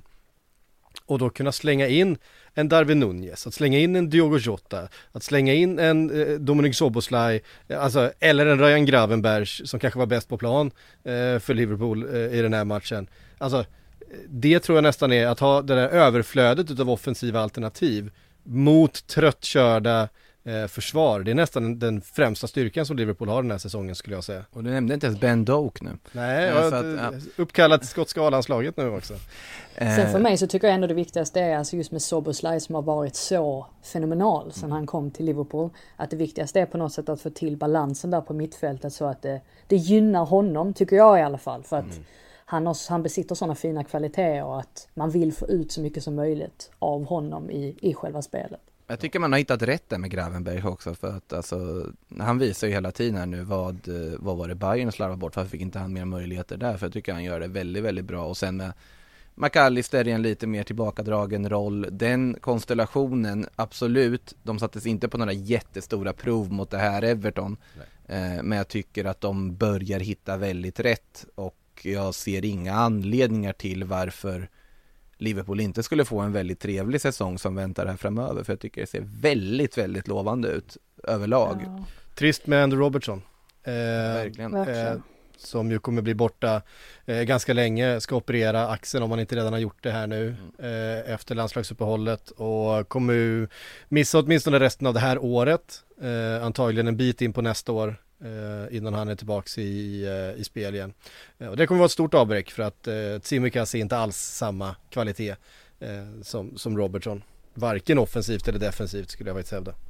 och då kunna slänga in en Darwin Nunez, att slänga in en Diogo Jota, att slänga in en eh, Dominik Szoboszlai, eh, alltså, eller en Ryan Gravenberch som kanske var bäst på plan eh, för Liverpool eh, i den här matchen, alltså det tror jag nästan är att ha det där överflödet av offensiva alternativ mot tröttkörda eh, försvar. Det är nästan den främsta styrkan som Liverpool har den här säsongen, skulle jag säga. Och du nämnde inte ens Ben Doak nu. Nej, jag har att, ja. uppkallat till skotska A-landslaget nu också. Sen för mig så tycker jag ändå det viktigaste är alltså just med Szoboszlai som har varit så fenomenal sedan mm. han kom till Liverpool. Att det viktigaste är på något sätt att få till balansen där på mittfältet så att det, det gynnar honom, tycker jag i alla fall. För att mm. Han, har, han besitter sådana fina kvaliteter och att man vill få ut så mycket som möjligt av honom i, i själva spelet. Jag tycker man har hittat rätt där med Gravenberg också, för att alltså, han visar ju hela tiden här nu vad, vad var det Bayern slarvar bort, varför fick inte han mer möjligheter där, för jag tycker han gör det väldigt, väldigt bra. Och sen med McAllister i en lite mer tillbakadragen roll, den konstellationen, absolut, de sattes inte på några jättestora prov mot det här Everton, eh, men jag tycker att de börjar hitta väldigt rätt och jag ser inga anledningar till varför Liverpool inte skulle få en väldigt trevlig säsong som väntar här framöver, för jag tycker det ser väldigt, väldigt lovande ut överlag. Ja. Trist med Andy Robertson. Eh, Verkligen. Eh, som ju kommer bli borta eh, ganska länge, ska operera axeln om man inte redan har gjort det här nu mm. eh, efter landslagsuppehållet, och kommer ju missa åtminstone resten av det här året, eh, antagligen en bit in på nästa år. Uh, innan han är tillbaka i, uh, i spel igen. Uh, och det kommer vara ett stort avbräck för att uh, Tsimikas är inte alls samma kvalitet uh, som, som Robertson. Varken offensivt eller defensivt skulle jag faktiskt hävda.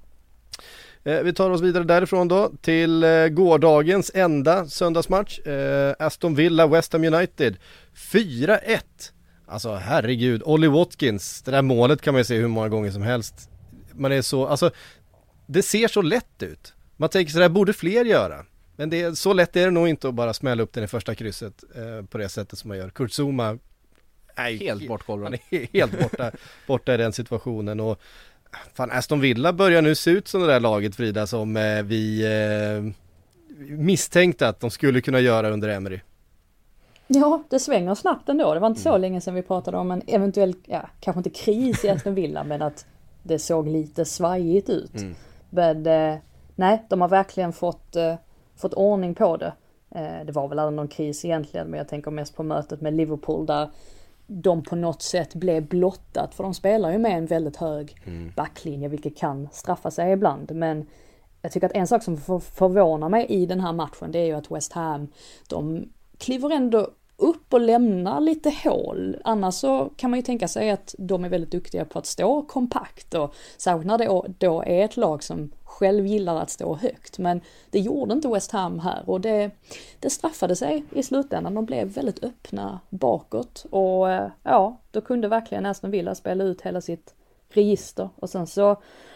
Uh, vi tar oss vidare därifrån då till uh, gårdagens enda söndagsmatch. Uh, Aston Villa, West Ham United. fyra ett. Alltså herregud, Ollie Watkins. Det där målet kan man ju se hur många gånger som helst. Man är så, alltså det ser så lätt ut. Man tänker så där borde fler göra. Men det är, så lätt är det nog inte att bara smälla upp den i första krysset eh, på det sättet som man gör. Kurt Zouma är helt bortkollad. Han är helt borta, borta i den situationen. Och fan, Aston Villa börjar nu se ut som det där laget, Frida, som eh, vi eh, misstänkte att de skulle kunna göra under Emery. Ja, det svänger snabbt ändå. Det var inte så mm. länge sedan vi pratade om en eventuell, ja, kanske inte kris i Aston Villa, men att det såg lite svajigt ut. Mm. Men eh, nej, de har verkligen fått, eh, fått ordning på det. Eh, det var väl aldrig någon kris egentligen, men jag tänker mest på mötet med Liverpool där de på något sätt blev blottat. För de spelar ju med en väldigt hög mm. backlinje, vilket kan straffa sig ibland. Men jag tycker att en sak som förvånar mig i den här matchen, det är ju att West Ham, de kliver ändå upp och lämnar lite hål. Annars så kan man ju tänka sig att de är väldigt duktiga på att stå kompakt, och särskilt när det då är ett lag som själv gillar att stå högt. Men det gjorde inte West Ham här, och det, det straffade sig i slutändan. De blev väldigt öppna bakåt, och ja, då kunde verkligen Aston Villa spela ut hela sitt register. Och sen så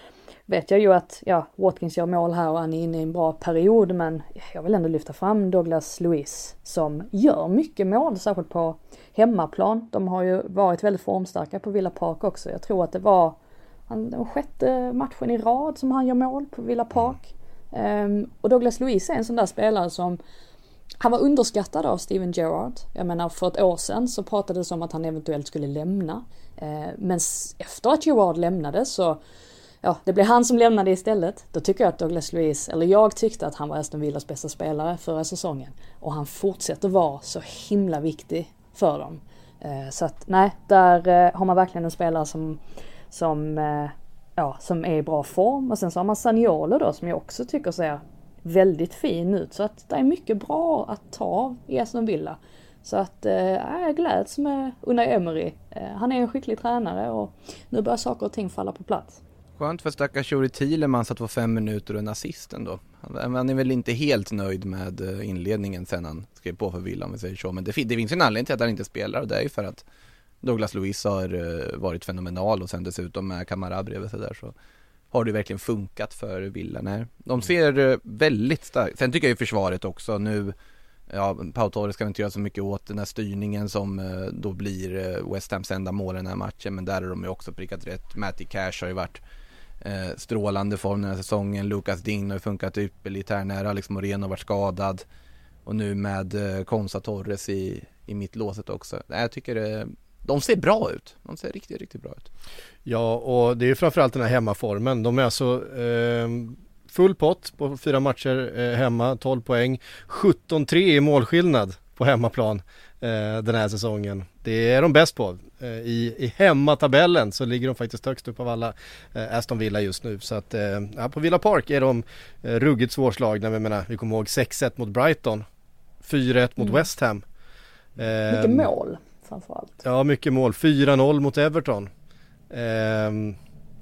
vet jag ju att ja, Watkins gör mål här och han är inne i en bra period, men jag vill ändå lyfta fram Douglas Luiz som gör mycket mål, särskilt på hemmaplan. De har ju varit väldigt formstarka på Villa Park också. Jag tror att det var han, den sjätte matchen i rad som han gör mål på Villa Park. Um, och Douglas Luiz är en sån där spelare som han var underskattad av Steven Gerrard. Jag menar, för ett år sedan så pratades det om att han eventuellt skulle lämna. Uh, men efter att Gerrard lämnade så ja, det blev han som lämnade istället. Då tycker jag att Douglas Luiz, eller jag tyckte att han var Aston Villas bästa spelare förra säsongen. Och han fortsätter vara så himla viktig för dem. Uh, så att nej, där uh, har man verkligen en spelare som som, uh, ja, som är i bra form. Och sen så har man Zaniolo då som jag också tycker ser väldigt fin ut. Så att det är mycket bra att ta av i Aston Villa. Så att eh, jag gläds med Unai Emery. Eh, han är en skicklig tränare och nu börjar saker och ting falla på plats. Skönt för stackars Jory Thielemans att få fem minuter och en assist ändå. Han, han är väl inte helt nöjd med inledningen sen han skrev på för Villa om vi säger så. Men det, det finns en anledning till att han inte spelar och det är ju för att Douglas Luiz har uh, varit fenomenal och sen dessutom med Kamara bredvid sig där så har det verkligen funkat för Villa. Nej. De ser uh, väldigt starkt. Sen tycker jag ju försvaret också nu. Ja, Pau Torres ska inte göra så mycket åt den här styrningen som uh, då blir uh, West Hams enda mål i den här matchen, men där är de ju också prickat rätt. Matty Cash har ju varit uh, strålande form den här säsongen. Lucas Digne har funkat ypperligt här nära. Alex Moreno har varit skadad och nu med uh, Konsa Torres i, i mittlåset också. Nej, jag tycker uh, de ser bra ut. De ser riktigt, riktigt bra ut. Ja, och det är ju framförallt den här hemmaformen. De är alltså eh, full pott på fyra matcher eh, hemma, tolv poäng. sjutton tre i målskillnad på hemmaplan eh, den här säsongen. Det är de bäst på. Eh, i, I hemmatabellen så ligger de faktiskt högst upp av alla eh, Aston Villa just nu. Så att eh, ja, på Villa Park är de eh, ruggigt svårslagna. Jag menar, vi kommer ihåg sex ett mot Brighton, fyra ett mot mm. West Ham. Eh, Mycket mål. Framförallt. Ja, mycket mål. fyra noll mot Everton. Ehm,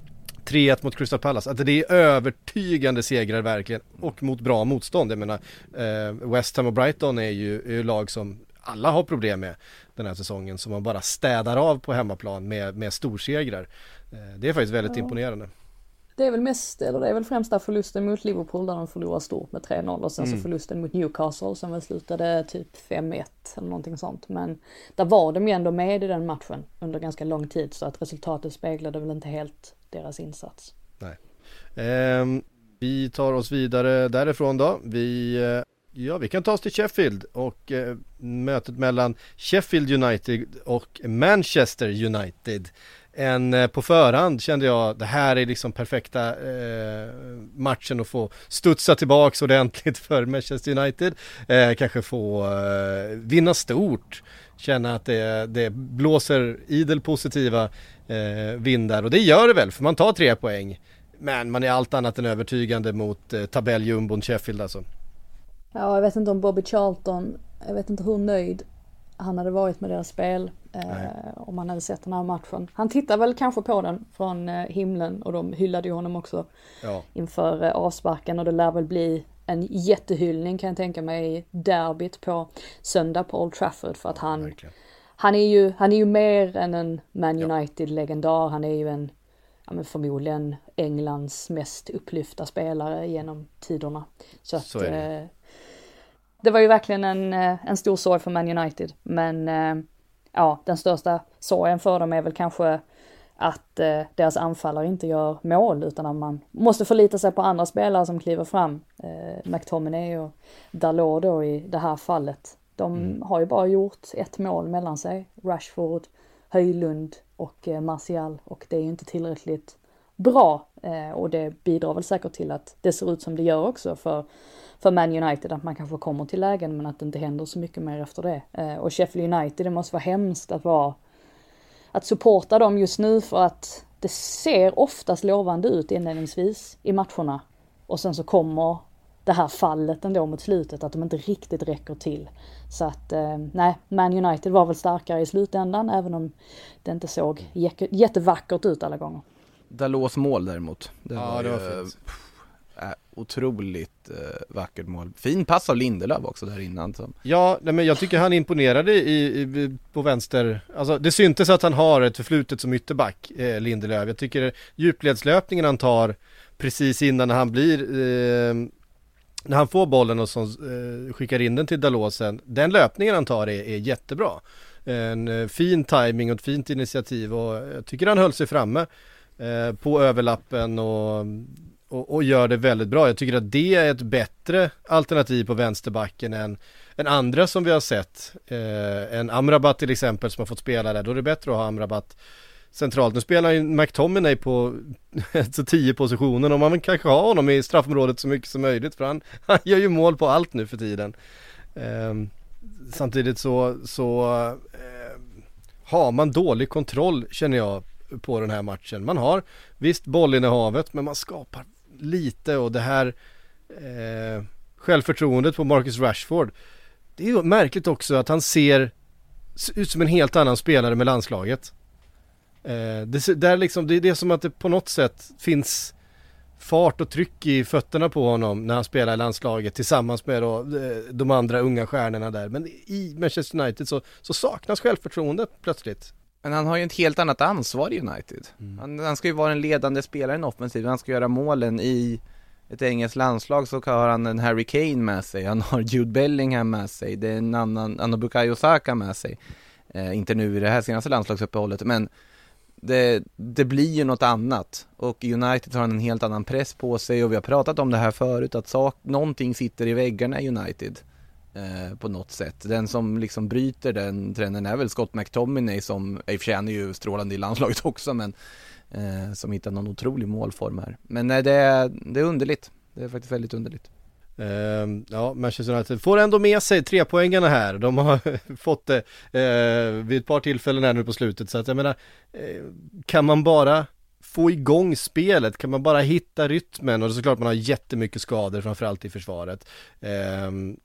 tre ett mot Crystal Palace. Att det är övertygande segrar verkligen. Och mot bra motstånd. Jag menar, eh, West Ham och Brighton är ju, är ju lag som alla har problem med den här säsongen. Som man bara städar av på hemmaplan med, med storsegrar. Eh, det är faktiskt väldigt ja. imponerande. Det är väl mest, eller det är väl främst där förlusten mot Liverpool där de förlorar stort med tre noll och sen mm. så förlusten mot Newcastle som väl slutade typ fem ett eller någonting sånt. Men där var de ju ändå med i den matchen under ganska lång tid så att resultatet speglade väl inte helt deras insats. Nej. Eh, vi tar oss vidare därifrån då. Vi, eh, ja, vi kan ta oss till Sheffield och eh, mötet mellan Sheffield United och Manchester United. En eh, på förhand kände jag det här är liksom perfekta eh, matchen att få studsa tillbaks ordentligt för Manchester United. Eh, kanske få eh, vinna stort. Känna att det, det blåser idel positiva eh, vindar. Och det gör det väl för man tar tre poäng. Men man är allt annat än övertygande mot eh, tabelljumbon Sheffield alltså. Ja, jag vet inte om Bobby Charlton, jag vet inte hur nöjd han hade varit med deras spel eh, om han hade sett den här matchen. Han tittar väl kanske på den från eh, himlen och de hyllade ju honom också ja. inför eh, avsparken och det lär väl bli en jättehyllning kan jag tänka mig i derbyt på söndag på Old Trafford för att han, han, är, ju, han är ju mer än en Man United-legendar. Han är ju en ja, men förmodligen Englands mest upplyfta spelare genom tiderna. Så att... Så eh, det var ju verkligen en, en stor sorg för Man United. Men ja, den största sorgen för dem är väl kanske att eh, deras anfallare inte gör mål utan att man måste förlita sig på andra spelare som kliver fram. Eh, McTominay och Dalot då i det här fallet. De mm. har ju bara gjort ett mål mellan sig. Rashford, Höjlund och eh, Martial. Och det är ju inte tillräckligt bra. Eh, och det bidrar väl säkert till att det ser ut som det gör också för för Man United, att man kanske kommer till lägen men att det inte händer så mycket mer efter det. Eh, och Sheffield United, det måste vara hemskt att vara att supporta dem just nu för att det ser oftast lovande ut inledningsvis i matcherna. Och sen så kommer det här fallet ändå mot slutet att de inte riktigt räcker till. Så att eh, nej, Man United var väl starkare i slutändan även om det inte såg jä- jättevackert ut alla gånger. Dalots mål däremot. Det ja, var det var ju, fint. Äh, otroligt äh, vackert mål. Fin pass av Lindelöf också där innan. Som. Ja, nej, men jag tycker han imponerade i, i, på vänster. Alltså, det syntes att han har ett förflutet som ytterback, eh, Lindelöf. Jag tycker djupledslöpningen han tar precis innan när han blir eh, när han får bollen och så, eh, skickar in den till Dalot sen, den löpningen han tar är, är jättebra. En eh, fin timing och ett fint initiativ, och jag tycker han höll sig framme eh, på överlappen och, och, och gör det väldigt bra. Jag tycker att det är ett bättre alternativ på vänsterbacken än, än andra som vi har sett. Eh, en Amrabat till exempel som har fått spela där, då är det bättre att ha Amrabat centralt. Nu spelar ju McTominay på så tio positioner, och man kanske ha honom i straffområdet så mycket som möjligt, för han, han gör ju mål på allt nu för tiden. Eh, samtidigt så, så eh, har man dålig kontroll, känner jag, på den här matchen. Man har visst bollinnehavet, men man skapar lite, och det här eh, självförtroendet på Marcus Rashford, det är ju märkligt också att han ser ut som en helt annan spelare med landslaget. Eh, det, där liksom, det, det är som att det på något sätt finns fart och tryck i fötterna på honom när han spelar i landslaget tillsammans med då, de andra unga stjärnorna där. Men i Manchester United så, så saknas självförtroendet plötsligt. Men han har ju ett helt annat ansvar i United. Mm. Han, han ska ju vara en ledande spelare i en offensiv. Han ska göra målen i ett engelskt landslag, så har han en Harry Kane med sig. Han har Jude Bellingham med sig. Det är en annan, han har Bukayo Saka med sig. Eh, inte nu i det här senaste landslagsuppehållet, men det, det blir ju något annat. Och United har en helt annan press på sig, och vi har pratat om det här förut, att sak, någonting sitter i väggarna i United. Eh, på något sätt. Den som liksom bryter den trenden är väl Scott McTominay, som i och för sig är ju strålande i landslaget också, men eh, som hittar någon otrolig målform här. Men nej, det, är, det är underligt. Det är faktiskt väldigt underligt. Uh, ja, Manchester United får ändå med sig tre poängarna här. De har fått det uh, vid ett par tillfällen här nu på slutet, så att jag menar, uh, kan man bara få igång spelet, kan man bara hitta rytmen, och det är såklart man har jättemycket skador, framförallt i försvaret. Uh,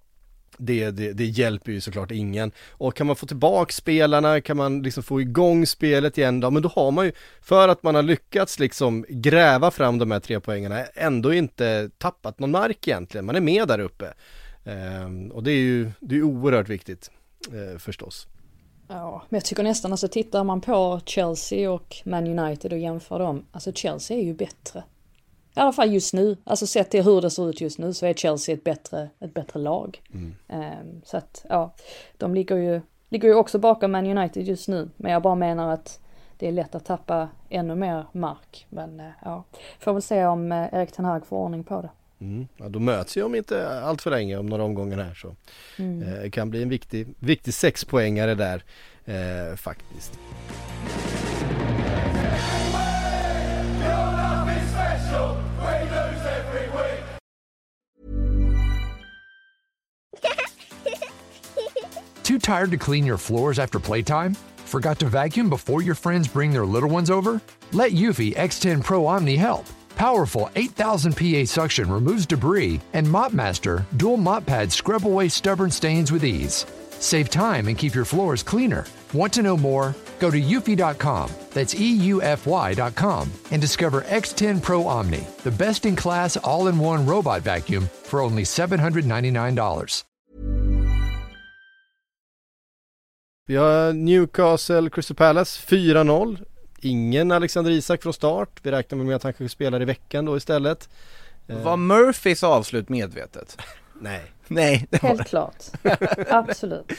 Det, det, det hjälper ju såklart ingen. Och kan man få tillbaka spelarna, kan man liksom få igång spelet igen då, men då har man ju, för att man har lyckats liksom gräva fram de här tre poängarna, ändå inte tappat någon mark egentligen. Man är med där uppe. Ehm, och det är ju det är oerhört viktigt eh, förstås. Ja, men jag tycker nästan, alltså tittar man på Chelsea och Man United och jämför dem, alltså Chelsea är ju bättre. I alla fall just nu, alltså sett till hur det ser ut just nu, så är Chelsea ett bättre, ett bättre lag. Mm. Um, så att, ja, de ligger ju, ligger ju också bakom Man United just nu. Men jag bara menar att det är lätt att tappa ännu mer mark. Men uh, ja, får väl se om uh, Erik Ten Hag får ordning på det. Mm. Ja, då möts ju om inte allt för länge, om några omgångar här, så mm. eh, kan bli en viktig, viktig sexpoängare där eh, faktiskt. Too tired to clean your floors after playtime? Forgot to vacuum before your friends bring their little ones over? Let Eufy X ten Pro Omni help. Powerful eight thousand P A suction removes debris, and MopMaster dual mop pads scrub away stubborn stains with ease. Save time and keep your floors cleaner. Want to know more? Go to eufy dot com, that's E U F Y dot com, and discover X ten Pro Omni, the best-in-class all-in-one robot vacuum for only seven hundred ninety-nine dollars. Vi har Newcastle Crystal Palace fyra noll. Ingen Alexander Isak från start. Vi räknar med att han kanske spelar i veckan då istället. Var Murphys avslut medvetet? Nej. Nej, det var helt det. klart. Absolut.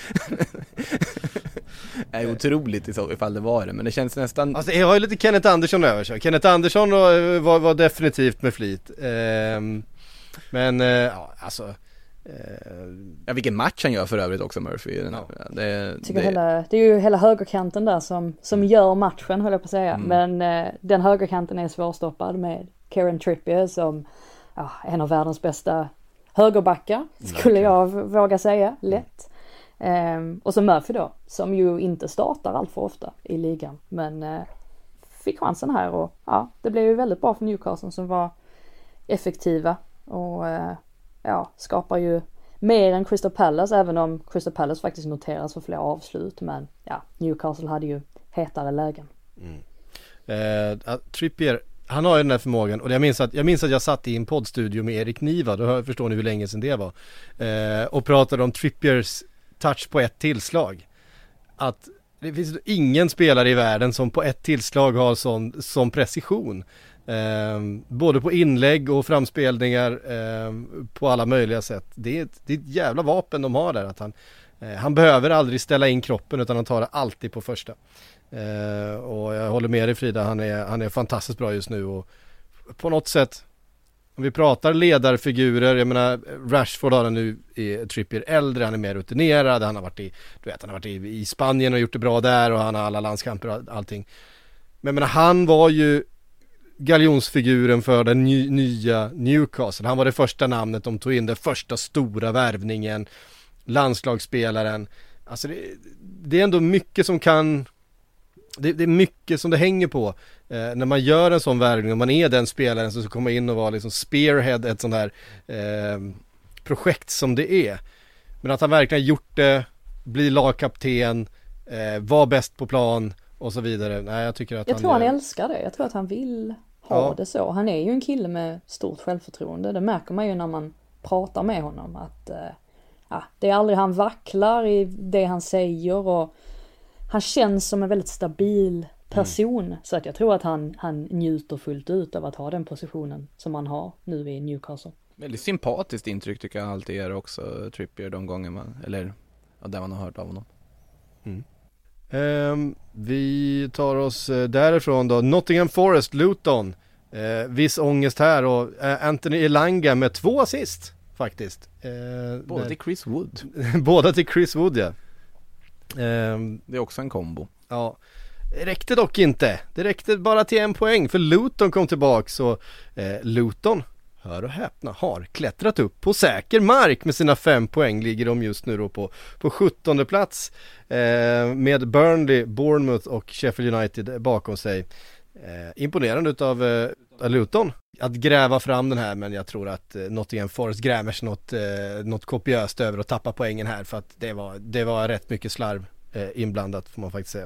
Det är otroligt i så ifall det var det, men det känns nästan... Alltså jag har ju lite Kenneth Andersson över sig. Kenneth Andersson var, var definitivt med flit. Ehm, men, ja, alltså... Ja, vilken match han gör för övrigt också, Murphy. No. Det, det... Det... Hela, det är ju hela högerkanten där som, som gör matchen, höll jag på att säga. Mm. Men eh, den högerkanten är svårstoppad med Kieran Trippier som ja, en av världens bästa högerbackar, skulle mm. jag våga säga, lätt. Mm. Eh, och så Murphy då, som ju inte startar allt för ofta i ligan. Men eh, fick chansen här, och ja, det blev ju väldigt bra för Newcastle som var effektiva och eh, ja, skapar ju mer än Crystal Palace, även om Crystal Palace faktiskt noteras för fler avslut. Men ja, Newcastle hade ju hetare lägen. Mm. Eh, Trippier, han har ju den här förmågan, och jag minns att jag, minns att jag satt i en poddstudio med Erik Niva, då förstår ni hur länge sedan det var, eh, och pratade om Trippiers touch på ett tillslag. Att det finns ingen spelare i världen som på ett tillslag har sån, sån precision. Eh, både på inlägg och framspelningar eh, på alla möjliga sätt. Det är, ett, det är ett jävla vapen de har där. Att han, eh, han behöver aldrig ställa in kroppen utan han tar det alltid på första. Eh, och jag håller med dig Frida, han är, han är fantastiskt bra just nu och på något sätt, om vi pratar ledarfigurer, jag menar Rashford har nu är Trippier äldre, han är mer rutinerad, han har varit i, du vet, han har varit i, i Spanien och gjort det bra där och han har alla landskamper och allting. Men jag menar, han var ju galjonsfiguren för den ny, nya Newcastle, han var det första namnet de tog in, den första stora värvningen, landslagsspelaren, alltså det, det är ändå mycket som kan Det, det är mycket som det hänger på eh, när man gör en sån värvning och man är den spelaren som ska komma in och vara liksom spearhead, ett sånt här eh, projekt som det är. Men att han verkligen gjort det, bli lagkapten, eh, var bäst på plan och så vidare. Nej, jag tycker att jag han tror han är... älskar det. Jag tror att han vill ha Ja. det så. Han är ju en kille med stort självförtroende. Det märker man ju när man pratar med honom. Att eh, ja, det är aldrig han vacklar i det han säger och han känns som en väldigt stabil person. Mm. Så att jag tror att han, han njuter fullt ut av att ha den positionen som han har nu i Newcastle. Väldigt sympatiskt intryck tycker jag alltid är också Trippier de gånger man, eller ja, där man har hört av honom. Mm. Um, vi tar oss uh, därifrån då. Nottingham Forest, Luton. Uh, viss ångest här och uh, Anthony Elanga med två assist faktiskt. Uh, Båda till Chris Wood. Båda till Chris Wood, ja. Um, det är också en kombo. Ja, det räckte dock inte. Det räckte bara till en poäng för Luton kom tillbaka så eh, Luton, hör och häpna, har klättrat upp på säker mark med sina fem poäng. Ligger de just nu då på, på sjuttonde plats eh, med Burnley, Bournemouth och Sheffield United bakom sig. Eh, imponerande utav eh, Luton att gräva fram den här, men jag tror att eh, Nottingham Forest gräver sig något, eh, något kopiöst över och tappar poängen här för att det var, det var rätt mycket slarv eh, inblandat får man faktiskt säga.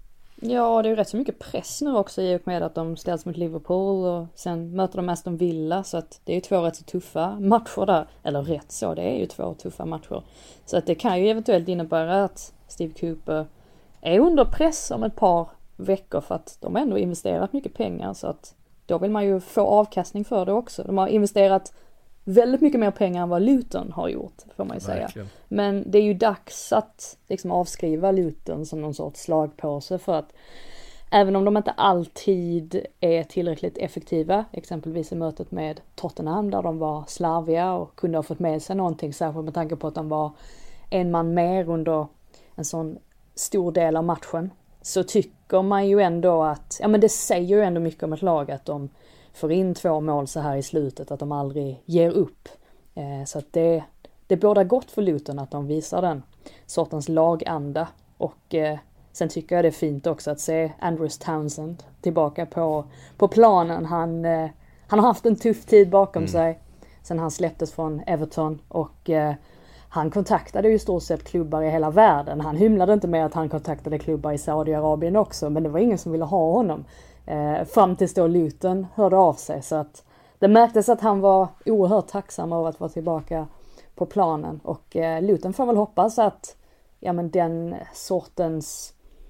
Ja, det är ju rätt så mycket press nu också i och med att de ställs mot Liverpool och sen möter de Aston Villa, så att det är ju två rätt så tuffa matcher där, eller rätt så, det är ju två tuffa matcher. Så att det kan ju eventuellt innebära att Steve Cooper är under press om ett par veckor för att de har ändå investerat mycket pengar, så att då vill man ju få avkastning för det också. De har investerat väldigt mycket mer pengar än vad Luton har gjort, får man ju säga. Verkligen. Men det är ju dags att liksom avskriva Luton som någon sorts slagpåse, för att även om de inte alltid är tillräckligt effektiva, exempelvis i mötet med Tottenham där de var slarviga och kunde ha fått med sig någonting, särskilt med tanke på att de var en man mer under en sån stor del av matchen, så tycker man ju ändå att, ja men det säger ju ändå mycket om ett lag att de får in två mål så här i slutet, att de aldrig ger upp. Eh, så att det, det bådar gott för Luton att de visar den sortens laganda. Och eh, sen tycker jag det är fint också att se Andrews Townsend tillbaka på, på planen. Han, eh, han har haft en tuff tid bakom mm. sig sen han släpptes från Everton och eh, han kontaktade ju stort sett klubbar i hela världen. Han hymlade inte med att han kontaktade klubbar i Saudiarabien också, men det var ingen som ville ha honom. Eh, fram tills då Luton hörde av sig, så att det märktes att han var oerhört tacksam av att vara tillbaka på planen. Och eh, Luton får väl hoppas att ja, men den sortens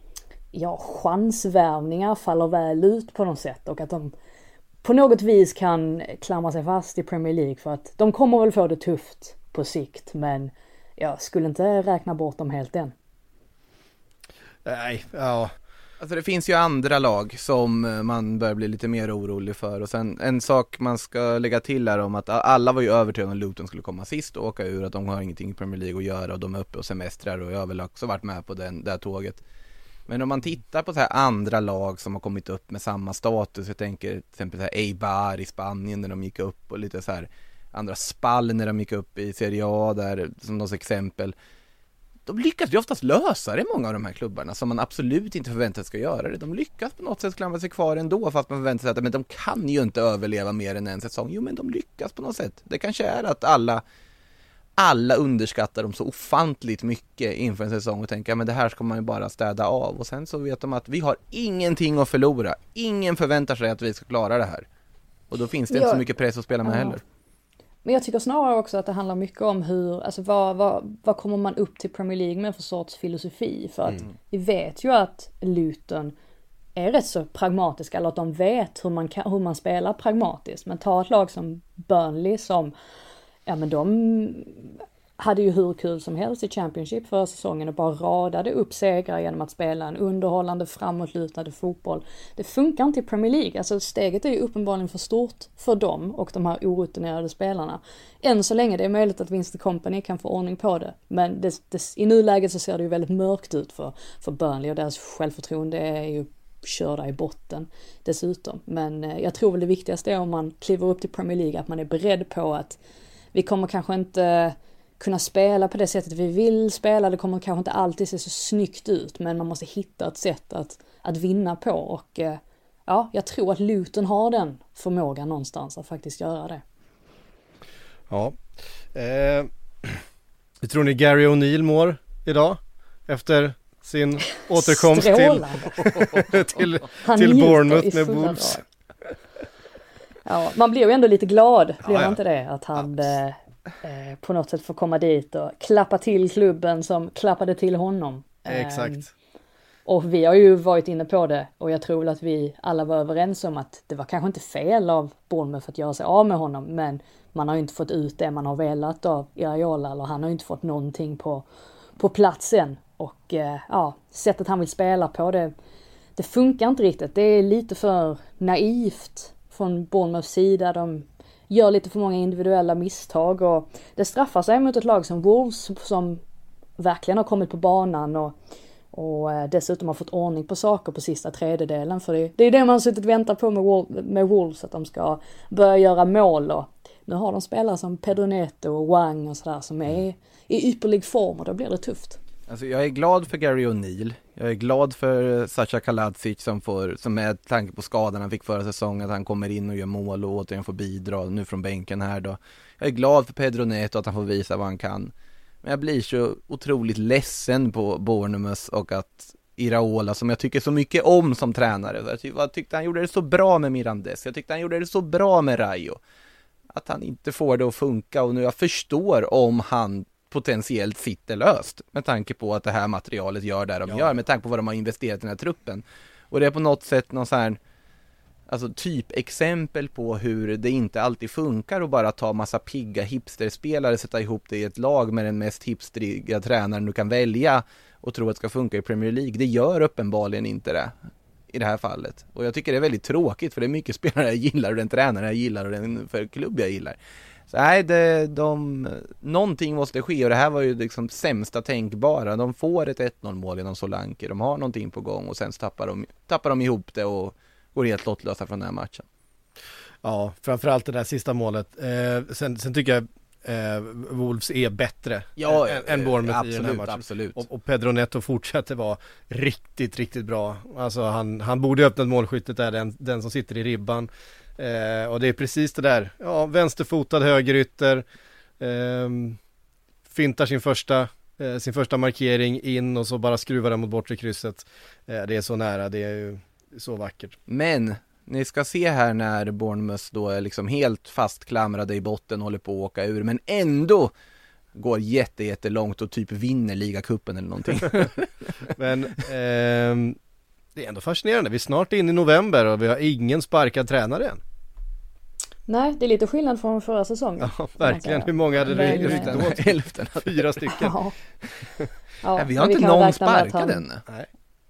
ja, chansvärvningar faller väl ut på något sätt och att de på något vis kan klamra sig fast i Premier League, för att de kommer väl få det tufft på sikt, men jag skulle inte räkna bort dem helt än. Nej, ja. Alltså det finns ju andra lag som man bör bli lite mer orolig för, och sen en sak man ska lägga till är om att alla var ju övertygade om att Luton skulle komma sist och åka ur, att de har ingenting i Premier League att göra och de är uppe och semestrar, och jag har väl också varit med på den, det här tåget. Men om man tittar på så här andra lag som har kommit upp med samma status, jag tänker till exempel så här Eibar i Spanien när de gick upp, och lite så här andra Spal när de gick upp i Serie A där, som något exempel. De lyckas ju oftast lösa det, många av de här klubbarna som man absolut inte förväntat ska göra det. De lyckas på något sätt klamra sig kvar ändå, fast man förväntar sig att men de kan ju inte överleva mer än en säsong. Jo, men de lyckas på något sätt. Det kanske är att alla alla underskattar dem så ofantligt mycket inför en säsong och tänker men det här ska man ju bara städa av, och sen så vet de att vi har ingenting att förlora. Ingen förväntar sig att vi ska klara det här. Och då finns det jag, inte så mycket press att spela med ja. heller. Men jag tycker snarare också att det handlar mycket om hur, alltså vad, vad, vad kommer man upp till Premier League med för sorts filosofi? För att mm. vi vet ju att Luton är rätt så pragmatiska, eller att de vet hur man, kan, hur man spelar pragmatiskt. Men ta ett lag som Burnley som, ja men de hade ju hur kul som helst i Championship förra säsongen och bara radade upp segrar genom att spela en underhållande framåtlutande fotboll. Det funkar inte i Premier League, alltså steget är ju uppenbarligen för stort för dem och de här orutinerade spelarna. Än så länge det är möjligt att Vincent Kompany kan få ordning på det, men det, det, i nuläget så ser det ju väldigt mörkt ut för, för Burnley och deras självförtroende är ju körda i botten dessutom. Men eh, jag tror väl det viktigaste är om man kliver upp till Premier League att man är beredd på att vi kommer kanske inte kunna spela på det sättet vi vill spela. Det kommer kanske inte alltid se så snyggt ut, men man måste hitta ett sätt att, att vinna på och eh, ja, jag tror att Luton har den förmågan någonstans att faktiskt göra det. Ja. Eh, hur tror ni Gary O'Neill mår idag efter sin återkomst till, till, till Bournemouth med Wolves? Ja, man blir ju ändå lite glad, blir ja, man ja. inte det? Att han eh, eh, på något sätt får komma dit och klappa till klubben som klappade till honom. Exakt. Eh, och vi har ju varit inne på det och jag tror att vi alla var överens om att det var kanske inte fel av Bournemouth att göra sig av med honom, men man har ju inte fått ut det man har velat av Iraola, eller han har ju inte fått någonting på, på platsen. Och eh, ja, sättet han vill spela på, det, det funkar inte riktigt. Det är lite för naivt från Bournemouths sida. De gör lite för många individuella misstag och det straffar sig mot ett lag som Wolves som verkligen har kommit på banan och, och eh, dessutom har fått ordning på saker på sista tredjedelen. För det, det är det man har suttit och väntat på med, med Wolves, att de ska börja göra mål. Och nu har de spelare som Pedro Neto och Wang och sådär som är i ypperlig form och då blir det tufft. Alltså jag är glad för Gary O'Neill. Jag är glad för Sacha Kaladzic som får, som med tanke på skadan han fick förra säsongen, att han kommer in och gör mål och återigen får bidra nu från bänken här då. Jag är glad för Pedro Neto att han får visa vad han kan. Men jag blir så otroligt ledsen på Bournemouth och att Iraola, som jag tycker så mycket om som tränare. Jag, tyck, jag tyckte han gjorde det så bra med Mirandes. Jag tyckte han gjorde det så bra med Rayo. Att han inte får det att funka, och nu jag förstår om han potentiellt sitter löst med tanke på att det här materialet gör det de ja. gör, med tanke på vad de har investerat i den här truppen. Och det är på något sätt någon sån här, alltså typ exempel på hur det inte alltid funkar att bara ta massa pigga hipsterspelare, sätta ihop det i ett lag med den mest hipstriga tränaren du kan välja och tro att det ska funka i Premier League. Det gör uppenbarligen inte det i det här fallet. Och jag tycker det är väldigt tråkigt, för det är mycket spelare jag gillar och den tränare jag gillar och den för klubb jag gillar. Så nej, det, de, någonting måste ske, och det här var ju liksom sämsta tänkbara. De får ett ett noll mål genom Solanke, de har någonting på gång och sen tappar de, tappar de ihop det och går helt lottlösa från den här matchen. Ja, framförallt det där sista målet. Eh, sen, sen tycker jag eh, Wolves är bättre ja, än, än Bournemouth absolut, i den här matchen. Absolut. Och, och Pedro Neto fortsätter vara riktigt, riktigt bra. Alltså han, han borde öppna målskyttet där, den, den som sitter i ribban. Eh, och det är precis det där, ja, vänsterfotad högerytter, eh, fintar sin första eh, sin första markering in och så bara skruvar den mot bortre krysset. Eh, det är så nära, det är ju så vackert. Men ni ska se här när Bournemouth då är liksom helt fastklamrade i botten, håller på att åka ur, men ändå går jätte, jätte långt och typ vinner ligacupen eller någonting. Men ehm, det är ändå fascinerande. Vi är snart in i november och vi har ingen sparkad tränare än. Nej, det är lite skillnad från förra säsongen. Ja, verkligen. Hur många hade det hälften, då? hälften. Fyra stycken. Ja. Ja, Nej, vi har vi inte någon sparkad än. Nej.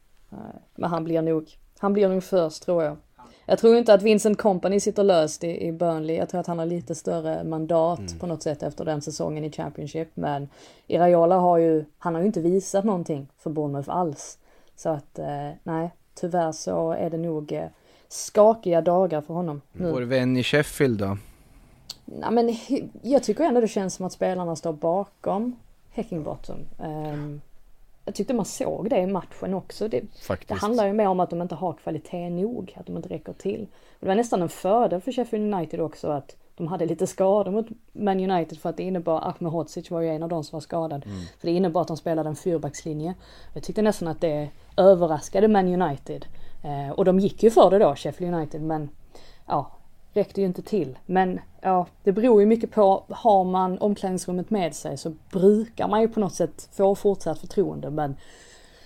Men han blir nog han blir nog först, tror jag. Jag tror inte att Vincent Kompany sitter löst i, i Burnley. Jag tror att han har lite större mandat mm. på något sätt efter den säsongen i Championship. Men Iraola har ju, han har ju inte visat någonting för Bournemouth alls. Så att, eh, nej, tyvärr så är det nog eh, skakiga dagar för honom nu. Vår vän i Sheffield då? Nej, men jag tycker ändå det känns som att spelarna står bakom Heckingbottom. Um, jag tyckte man såg det i matchen också. Det, det handlar ju mer om att de inte har kvalitet nog, att de inte räcker till. Det var nästan en fördel för Sheffield United också att de hade lite skador mot Man United, för att det innebar, Ahmedhodzic var ju en av de som var skadad. Mm. För det innebar att de spelade en fyrbackslinje. Jag tyckte nästan att det överraskade Man United. Eh, och de gick ju för det då, Sheffield United, men ja, räckte ju inte till. Men ja, det beror ju mycket på, har man omklädningsrummet med sig så brukar man ju på något sätt få fortsatt förtroende. Men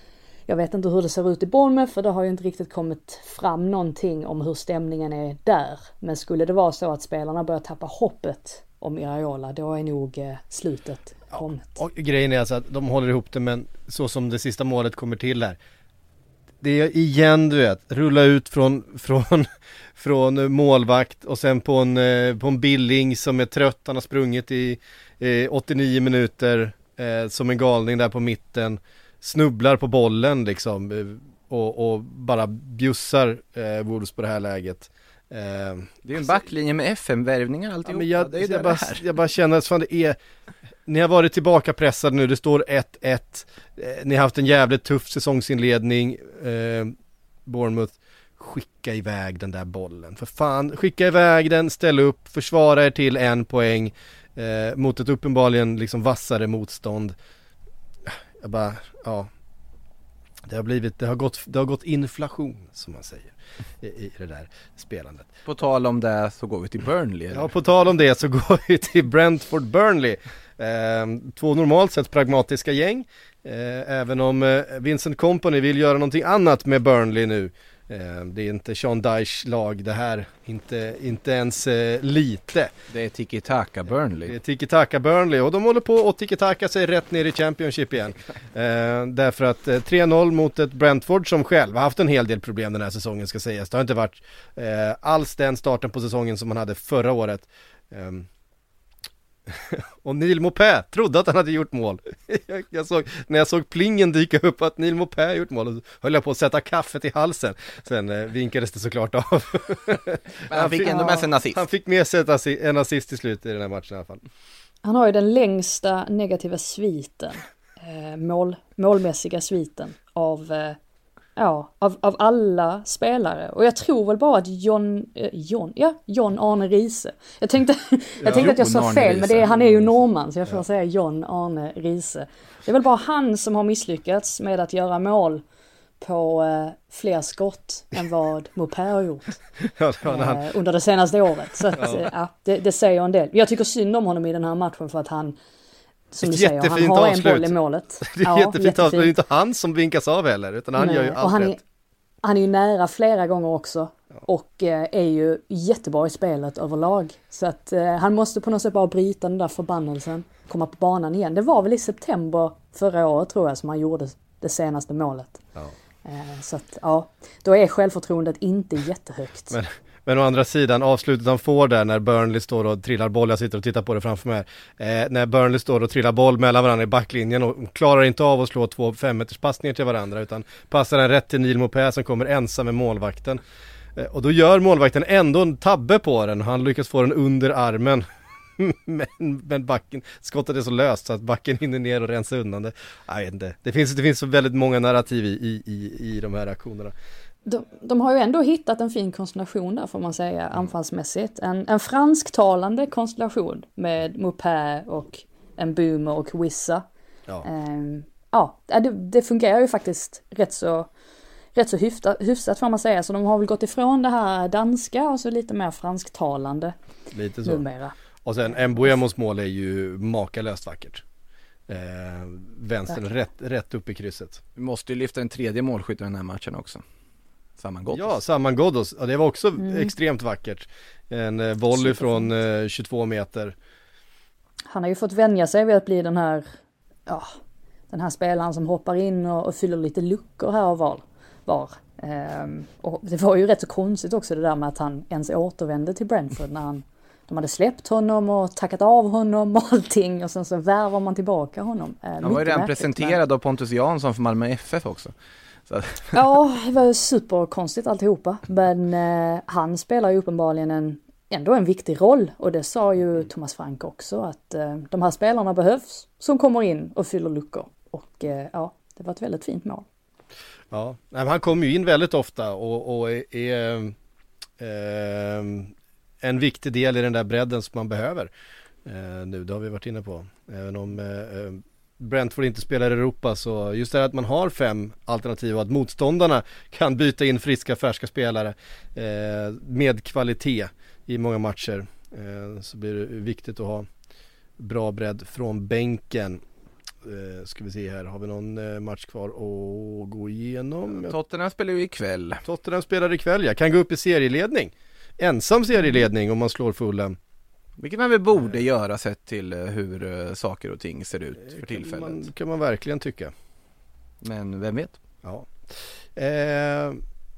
Jag vet inte hur det ser ut i Bournemouth, för det har ju inte riktigt kommit fram någonting om hur stämningen är där. Men skulle det vara så att spelarna börjar tappa hoppet om Iraola, då är nog eh, slutet kommit. Ja, och grejen är alltså att de håller ihop det, men så som det sista målet kommer till här. Det är igen, du vet, rulla ut från, från, från målvakt och sen på en, på en Billing som är trött. Han har sprungit i eh, åttionio minuter eh, som en galning där på mitten. Snubblar på bollen liksom eh, och, och bara bjussar eh, Wolves på det här läget. Eh, det är en backlinje med F M-värvningar alltihop. Ja, men jag, det är jag, bara, jag bara känner att fan det är... Ni har varit tillbaka pressade nu, det står ett ett. Eh, ni har haft en jävligt tuff säsongsinledning. Eh, Bournemouth, skicka iväg den där bollen. För fan, skicka iväg den, ställ upp, försvara er till en poäng eh, mot ett uppenbarligen liksom vassare motstånd. Jag bara, ja. Det har blivit, det har gått, det har gått inflation som man säger i, i det där spelandet. På tal om det så går vi till Burnley. Eller? Ja, på tal om det så går vi till Brentford Burnley. Eh, två normalt sett pragmatiska gäng. Eh, även om eh, Vincent Kompany vill göra någonting annat med Burnley nu. Eh, det är inte Sean Dyche lag det här. Inte, inte ens eh, lite. Det är tiki-taka Burnley. Det är tiki-taka Burnley och de håller på att tiki-taka sig rätt ner i Championship igen. Eh, därför att eh, tre noll mot ett Brentford som själv har haft en hel del problem den här säsongen ska sägas. Det har inte varit eh, alls den starten på säsongen som man hade förra året. Eh, och Neil Maupay trodde att han hade gjort mål. jag, jag såg, när jag såg plingen dyka upp att Neil Maupay har gjort mål, och höll jag på att sätta kaffet i halsen. Sen eh, vinkades det såklart av. Men han, han fick ändå med sig en assist. Han fick med sig en assist till slut i den här matchen i alla fall. Han har ju den längsta negativa sviten, eh, mål, målmässiga sviten av, eh, ja, av, av alla spelare. Och jag tror väl bara att John, eh, John, ja, John Arne Riise. Jag tänkte, jag ja, tänkte att jag sa fel, men det är, han är ju norrman, så jag får ja. säga John Arne Riise. Det är väl bara han som har misslyckats med att göra mål på eh, fler skott än vad Maupay har gjort ja, det eh, under det senaste året. Så att, ja. Eh, ja, det, det säger en del. Jag tycker synd om honom i den här matchen för att han, som du säger, han har avslut. En boll i målet. Det är ja, jättefint, jättefint. Avslut. Det är inte han som vinkas av heller, utan han Nej, gör ju allt han rätt. Är, han är ju nära flera gånger också ja. och eh, är ju jättebra i spelet överlag. Så att eh, han måste på något sätt bara bryta den där förbannelsen, komma på banan igen. Det var väl i september förra året tror jag som han gjorde det senaste målet. Ja. Så att, ja, då är självförtroendet inte jättehögt. Men, men å andra sidan, avslutet han får där när Burnley står och trillar boll, jag sitter och tittar på det framför mig, eh, när Burnley står och trillar boll mellan varandra i backlinjen och klarar inte av att slå två femmeters passningar till varandra, utan passar den rätt till Neil Maupay som kommer ensam med målvakten. Eh, och då gör målvakten ändå en tabbe på den och han lyckas få den under armen. men, men backen, skottet är så löst så att backen hinner ner och rensa undan det. Jag vet inte. Det finns, det finns så väldigt många narrativ i, i, i de här aktionerna. De, de har ju ändå hittat en fin konstellation där får man säga, mm. anfallsmässigt. En, en fransktalande konstellation med Maupay och en Boomer och Wissa. Ja, um, ja det, det fungerar ju faktiskt rätt så, rätt så hyfsat, hyfsat får man säga. Så de har väl gått ifrån det här danska och så lite mer fransktalande lite så. Numera. Och sen Mbuemos mål är ju makalöst vackert. Eh, vänstern rätt, rätt upp i krysset. Vi måste ju lyfta en tredje målskytt i den här matchen också. Saman Ghoddos. Ja, Saman Ghoddos. Ja, det var också mm. extremt vackert. En eh, volley från eh, tjugotvå meter. Han har ju fått vänja sig vid att bli den här, ja, den här spelaren som hoppar in och, och fyller lite luckor här och var. var. Ehm, och det var ju rätt så konstigt också det där med att han ens återvände till Brentford när han de hade släppt honom och tackat av honom och allting och sen så värvar man tillbaka honom. Eh, han var ju redan presenterad men... av Pontus Jansson för Malmö F F också. Så. Ja, det var superkonstigt alltihopa. Men eh, han spelar ju uppenbarligen en, ändå en viktig roll och det sa ju Thomas Frank också att eh, de här spelarna behövs som kommer in och fyller luckor. Och eh, ja, det var ett väldigt fint mål. Ja, men han kommer ju in väldigt ofta och, och är... är eh, en viktig del i den där bredden som man behöver eh, nu, det har vi varit inne på. Även om eh, Brentford inte spelar i Europa, så just det att man har fem alternativ och att motståndarna kan byta in friska, färska spelare eh, med kvalitet i många matcher, eh, så blir det viktigt att ha bra bredd från bänken. eh, ska vi se här, har vi någon eh, match kvar att gå igenom? Tottenham spelar ju ikväll. Tottenham spelar ikväll, jag kan gå upp i serieledning. Ensam serieledning om man slår Fulham. Vilket man väl borde göra sett till hur uh, saker och ting ser ut för tillfället. Kan man, kan man verkligen tycka. Men vem vet? Ja. Eh,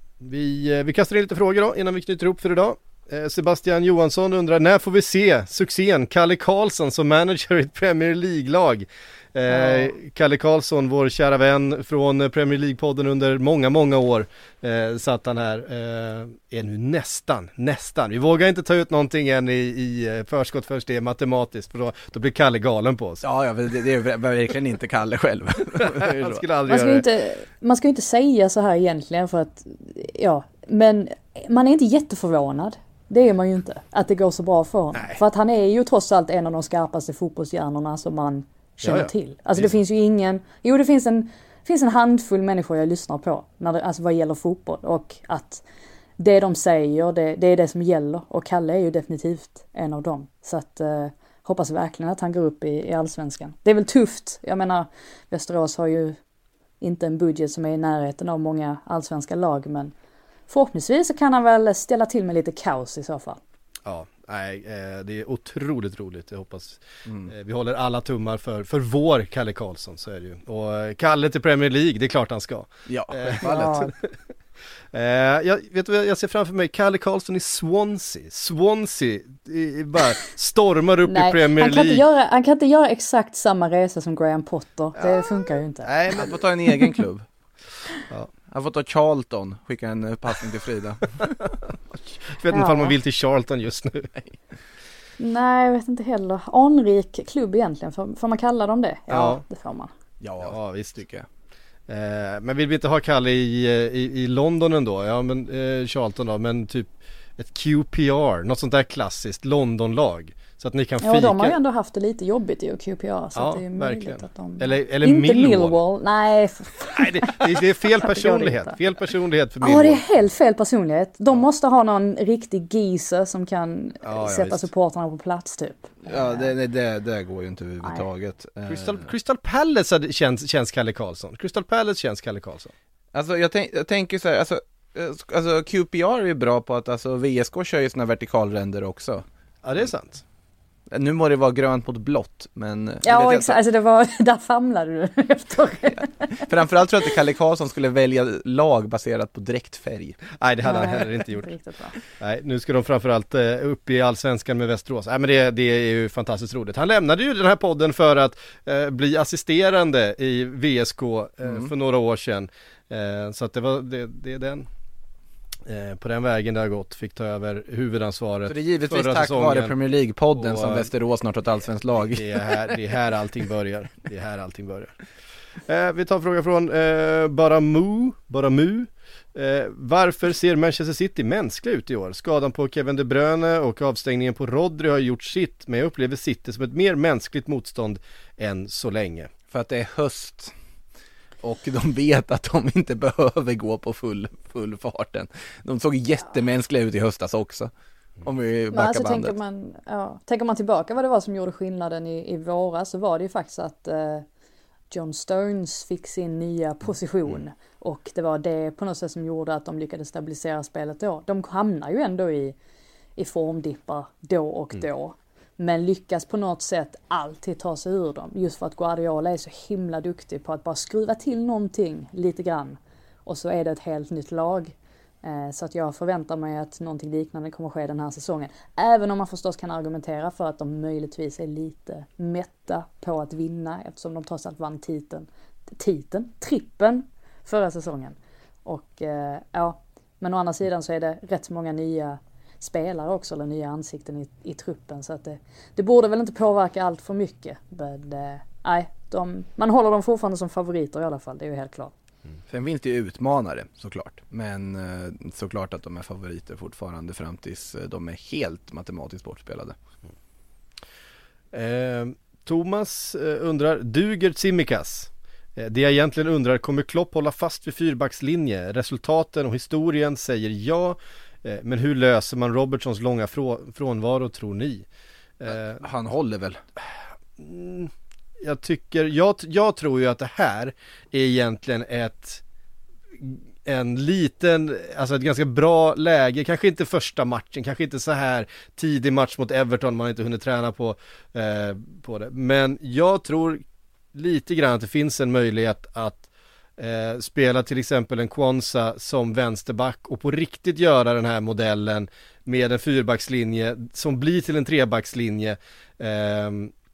vi, vi kastar in lite frågor då innan vi knyter ihop för idag. Eh, Sebastian Johansson undrar, när får vi se succén Kalle Karlsson som manager i ett Premier League-lag? Eh, ja. Kalle Karlsson, vår kära vän från Premier League-podden under många, många år eh, satt han här. Eh, är nu nästan, nästan. Vi vågar inte ta ut någonting än i, i förskott först det är matematiskt, för då, då blir Kalle galen på oss. Ja, ja det, det är verkligen inte Kalle själv. Han skulle aldrig man, ska göra inte, man ska inte säga så här egentligen för att, ja, men man är inte jätteförvånad. Det är man ju inte, att det går så bra för honom. Nej. För att han är ju trots allt en av de skarpaste fotbollshjärnorna som man känner ja, ja. till. Alltså det, det finns ju ingen, jo det finns en, finns en handfull människor jag lyssnar på när det, alltså vad gäller fotboll. Och att det de säger, det, det är det som gäller. Och Kalle är ju definitivt en av dem. Så att eh, hoppas verkligen att han går upp i, i allsvenskan. Det är väl tufft, jag menar Västerås har ju inte en budget som är i närheten av många allsvenska lag, men förhoppningsvis så kan han väl ställa till med lite kaos i så fall. Ja, nej, det är otroligt roligt. Jag hoppas mm. vi håller alla tummar för, för vår Kalle Karlsson, så är det ju. Och Kalle till Premier League, det är klart han ska. Ja, självfallet. jag, vet du, jag ser framför mig Kalle Karlsson i Swansea. Swansea i, bara stormar upp nej, i Premier han kan League. Inte göra, han kan inte göra exakt samma resa som Graham Potter. Det ja. funkar ju inte. Nej, men han får ta en egen klubb. Ja. Han får ta Charlton, skicka en passning till Frida. Jag vet inte ja. om man vill till Charlton just nu. Nej, jag vet inte heller. Anrik klubb egentligen, får, får man kalla dem det? Ja, ja. det får man. Ja, ja visst tycker jag. Eh, men vill vi inte ha Kalle i, i, i London ändå? Ja, men eh, Charlton då, men typ ett Q P R, något sånt där klassiskt Londonlag. Så att ni kan fika. Ja, de har ju ändå haft det lite jobbigt i Q P R, så ja, att det är möjligt att de... Eller, eller inte Millwall. Millwall. Nej, Nej det, det är fel personlighet. Fel personlighet för Millwall. Ja, det är helt fel personlighet. De måste ha någon riktig geezer som kan ja, sätta ja, supporterna på plats typ. Ja, det, det, det går ju inte överhuvudtaget. Crystal, Crystal Palace känns, känns Kalle Karlsson. Crystal Palace känns Kalle Karlsson. Alltså jag, tänk, jag tänker så här, alltså, alltså Q P R är ju bra på att alltså, V S K kör ju såna vertikalränder också. Ja, det är sant. Nu må det vara grönt mot blått, men... Ja, exakt. Alltså det var... Där famlade du efter. Ja. Framförallt tror jag att Kalle Karlsson skulle välja lag baserat på dräktfärg. Nej, det hade han heller inte gjort. Nej, nu ska de framförallt upp i allsvenskan med Västerås. Nej, men det, det är ju fantastiskt roligt. Han lämnade ju den här podden för att eh, bli assisterande i V S K eh, mm. för några år sedan. Eh, så att det var det, det är den... Eh, på den vägen det har gått, fick ta över huvudansvaret. Så det är givetvis tack vare Premier League-podden och, som Västerås snart har ett allsvenskt lag. Det är här, det är här allting börjar. Det är här allting börjar. Eh, vi tar en fråga från eh, Baramu. Baramu. Eh, varför ser Manchester City mänskliga ut i år? Skadan på Kevin De Bruyne och avstängningen på Rodri har gjort sitt, men jag upplever City som ett mer mänskligt motstånd än så länge. För att det är höst. Och de vet att de inte behöver gå på full, full farten. De såg jättemänskliga ut i höstas också. Om vi backar alltså, bandet. Tänker man, ja, tänker man tillbaka vad det var som gjorde skillnaden i, i våras, så var det ju faktiskt att eh, John Stones fick sin nya position. Mm. Och det var det på något sätt som gjorde att de lyckades stabilisera spelet då. De hamnar ju ändå i, i formdippar då och mm. då. Men lyckas på något sätt alltid ta sig ur dem. Just för att Guardiola är så himla duktig på att bara skruva till någonting lite grann. Och så är det ett helt nytt lag. Eh, så att jag förväntar mig att någonting liknande kommer ske den här säsongen. Även om man förstås kan argumentera för att de möjligtvis är lite mätta på att vinna. Eftersom de trots allt vann titeln. Titeln? Trippen förra säsongen. Och eh, ja, men å andra sidan så är det rätt många nya spelare också, eller nya ansikten i, i truppen, så att det, det borde väl inte påverka allt för mycket, men eh, nej, de, man håller dem fortfarande som favoriter i alla fall, det är ju helt klart. Mm. Sen finns det ju utmanare såklart, men eh, såklart att de är favoriter fortfarande fram tills eh, de är helt matematiskt bortspelade. Mm. Eh, Thomas eh, undrar, duger Tsimikas? Eh, det jag egentligen undrar, kommer Klopp hålla fast vid fyrbackslinje? Resultaten och historien säger ja. Men hur löser man Robertsons långa frå- frånvaro tror ni? Eh, Han håller väl? Mm, jag tycker, jag, jag tror ju att det här är egentligen ett en liten, alltså ett ganska bra läge, kanske inte första matchen, kanske inte så här tidig match mot Everton, man har inte hunnit träna på, eh, på det, men jag tror lite grann att det finns en möjlighet att eh, spela till exempel en Kwanza som vänsterback och på riktigt göra den här modellen med en fyrbackslinje som blir till en trebackslinje eh,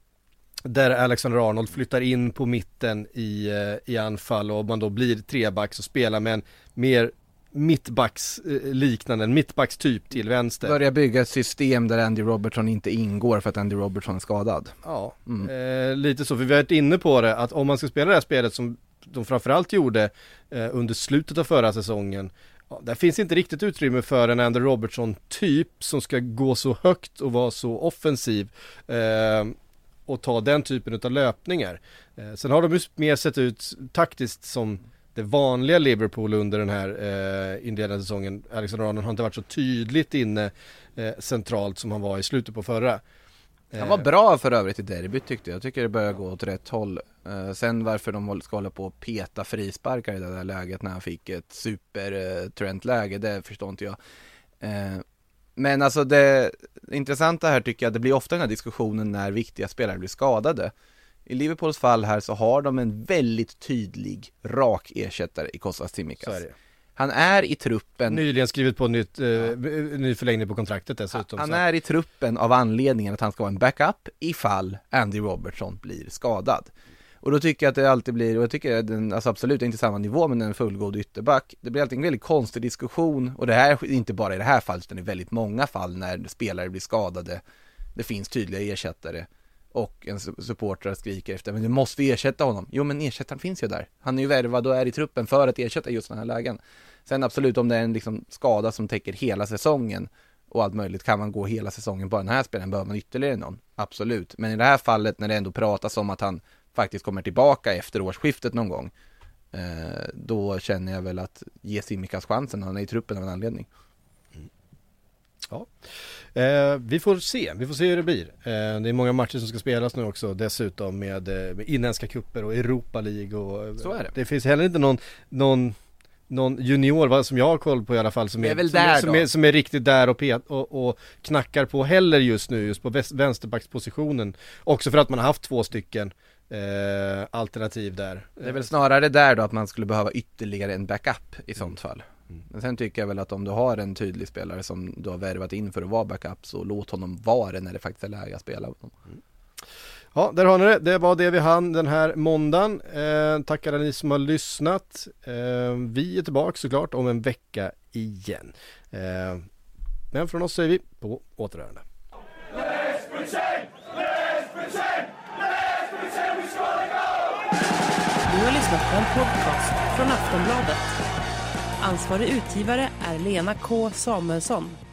där Alexander Arnold flyttar in på mitten i, i anfall och man då blir trebacks och spelar med en mer mittbacks liknande, en mittbackstyp till vänster. Börja bygga ett system där Andy Robertson inte ingår för att Andy Robertson är skadad. Ja, mm. eh, lite så, för vi har varit inne på det att om man ska spela det här spelet som de framförallt gjorde eh, under slutet av förra säsongen, ja, där finns inte riktigt utrymme för en Andy Robertson typ som ska gå så högt och vara så offensiv eh, och ta den typen av löpningar. Eh, sen har de ju mer sett ut taktiskt som det vanliga Liverpool under den här eh, inledande säsongen. Alexander Arnold har inte varit så tydligt inne eh, centralt som han var i slutet på förra. Eh. Han var bra för övrigt i derbyt tyckte jag. Jag tycker det börjar gå åt rätt håll. Eh, sen varför de ska hålla på och peta frisparkar i det där läget när han fick ett super eh, Trent-läge, det förstår inte jag. Eh, men alltså det intressanta här tycker jag, det blir ofta den här diskussionen när viktiga spelare blir skadade. I Liverpools fall här så har de en väldigt tydlig rak ersättare i Kostas Tsimikas. Så är det. Han är i truppen. Nyligen skrivit på nytt, eh, ny förlängning på kontraktet dessutom. Han så. är i truppen av anledningen att han ska vara en backup ifall Andy Robertson blir skadad. Och då tycker jag att det alltid blir, och jag tycker att den, alltså absolut inte samma nivå men en fullgod ytterback. Det blir alltid en väldigt konstig diskussion och det här är inte bara i det här fallet utan i väldigt många fall när spelare blir skadade. Det finns tydliga ersättare. Och en supporter skriker efter, men du måste ersätta honom. Jo, men ersättaren finns ju där. Han är ju värvad och är i truppen för att ersätta just den här lägen. Sen absolut, om det är en liksom skada som täcker hela säsongen och allt möjligt, kan man gå hela säsongen bara den här spelaren, behöver man ytterligare någon. Absolut. Men i det här fallet, när det ändå pratas om att han faktiskt kommer tillbaka efter årsskiftet någon gång, eh, då känner jag väl att ge Tsimikas chansen, han är i truppen av en anledning. Ja, eh, vi får se, vi får se hur det blir. Eh, det är många matcher som ska spelas nu också, dessutom med, med inländska kupper och Europa League och så är det. Det finns heller inte någon, någon, någon junior va, som jag har koll på i alla fall som är, är, väl som, där är, som, är, som är riktigt där och, pet, och, och knackar på heller just nu, just på vänsterbackspositionen. Också för att man har haft två stycken eh, alternativ där. Det är väl snarare där då att man skulle behöva ytterligare en backup i sånt fall. Mm. Men sen tycker jag väl att om du har en tydlig spelare som du har värvat in för att vara backup, så låt honom vara det när det faktiskt är läge att spela. Mm. Ja, där har ni det. Det var det vi hann den här måndagen. Eh, tackar ni som har lyssnat. Eh, vi är tillbaka såklart om en vecka igen. Eh, men från oss säger vi på återhörande. Du har lyssnat på en podcast från Aftonbladet. Ansvarig utgivare är Lena K. Samuelsson.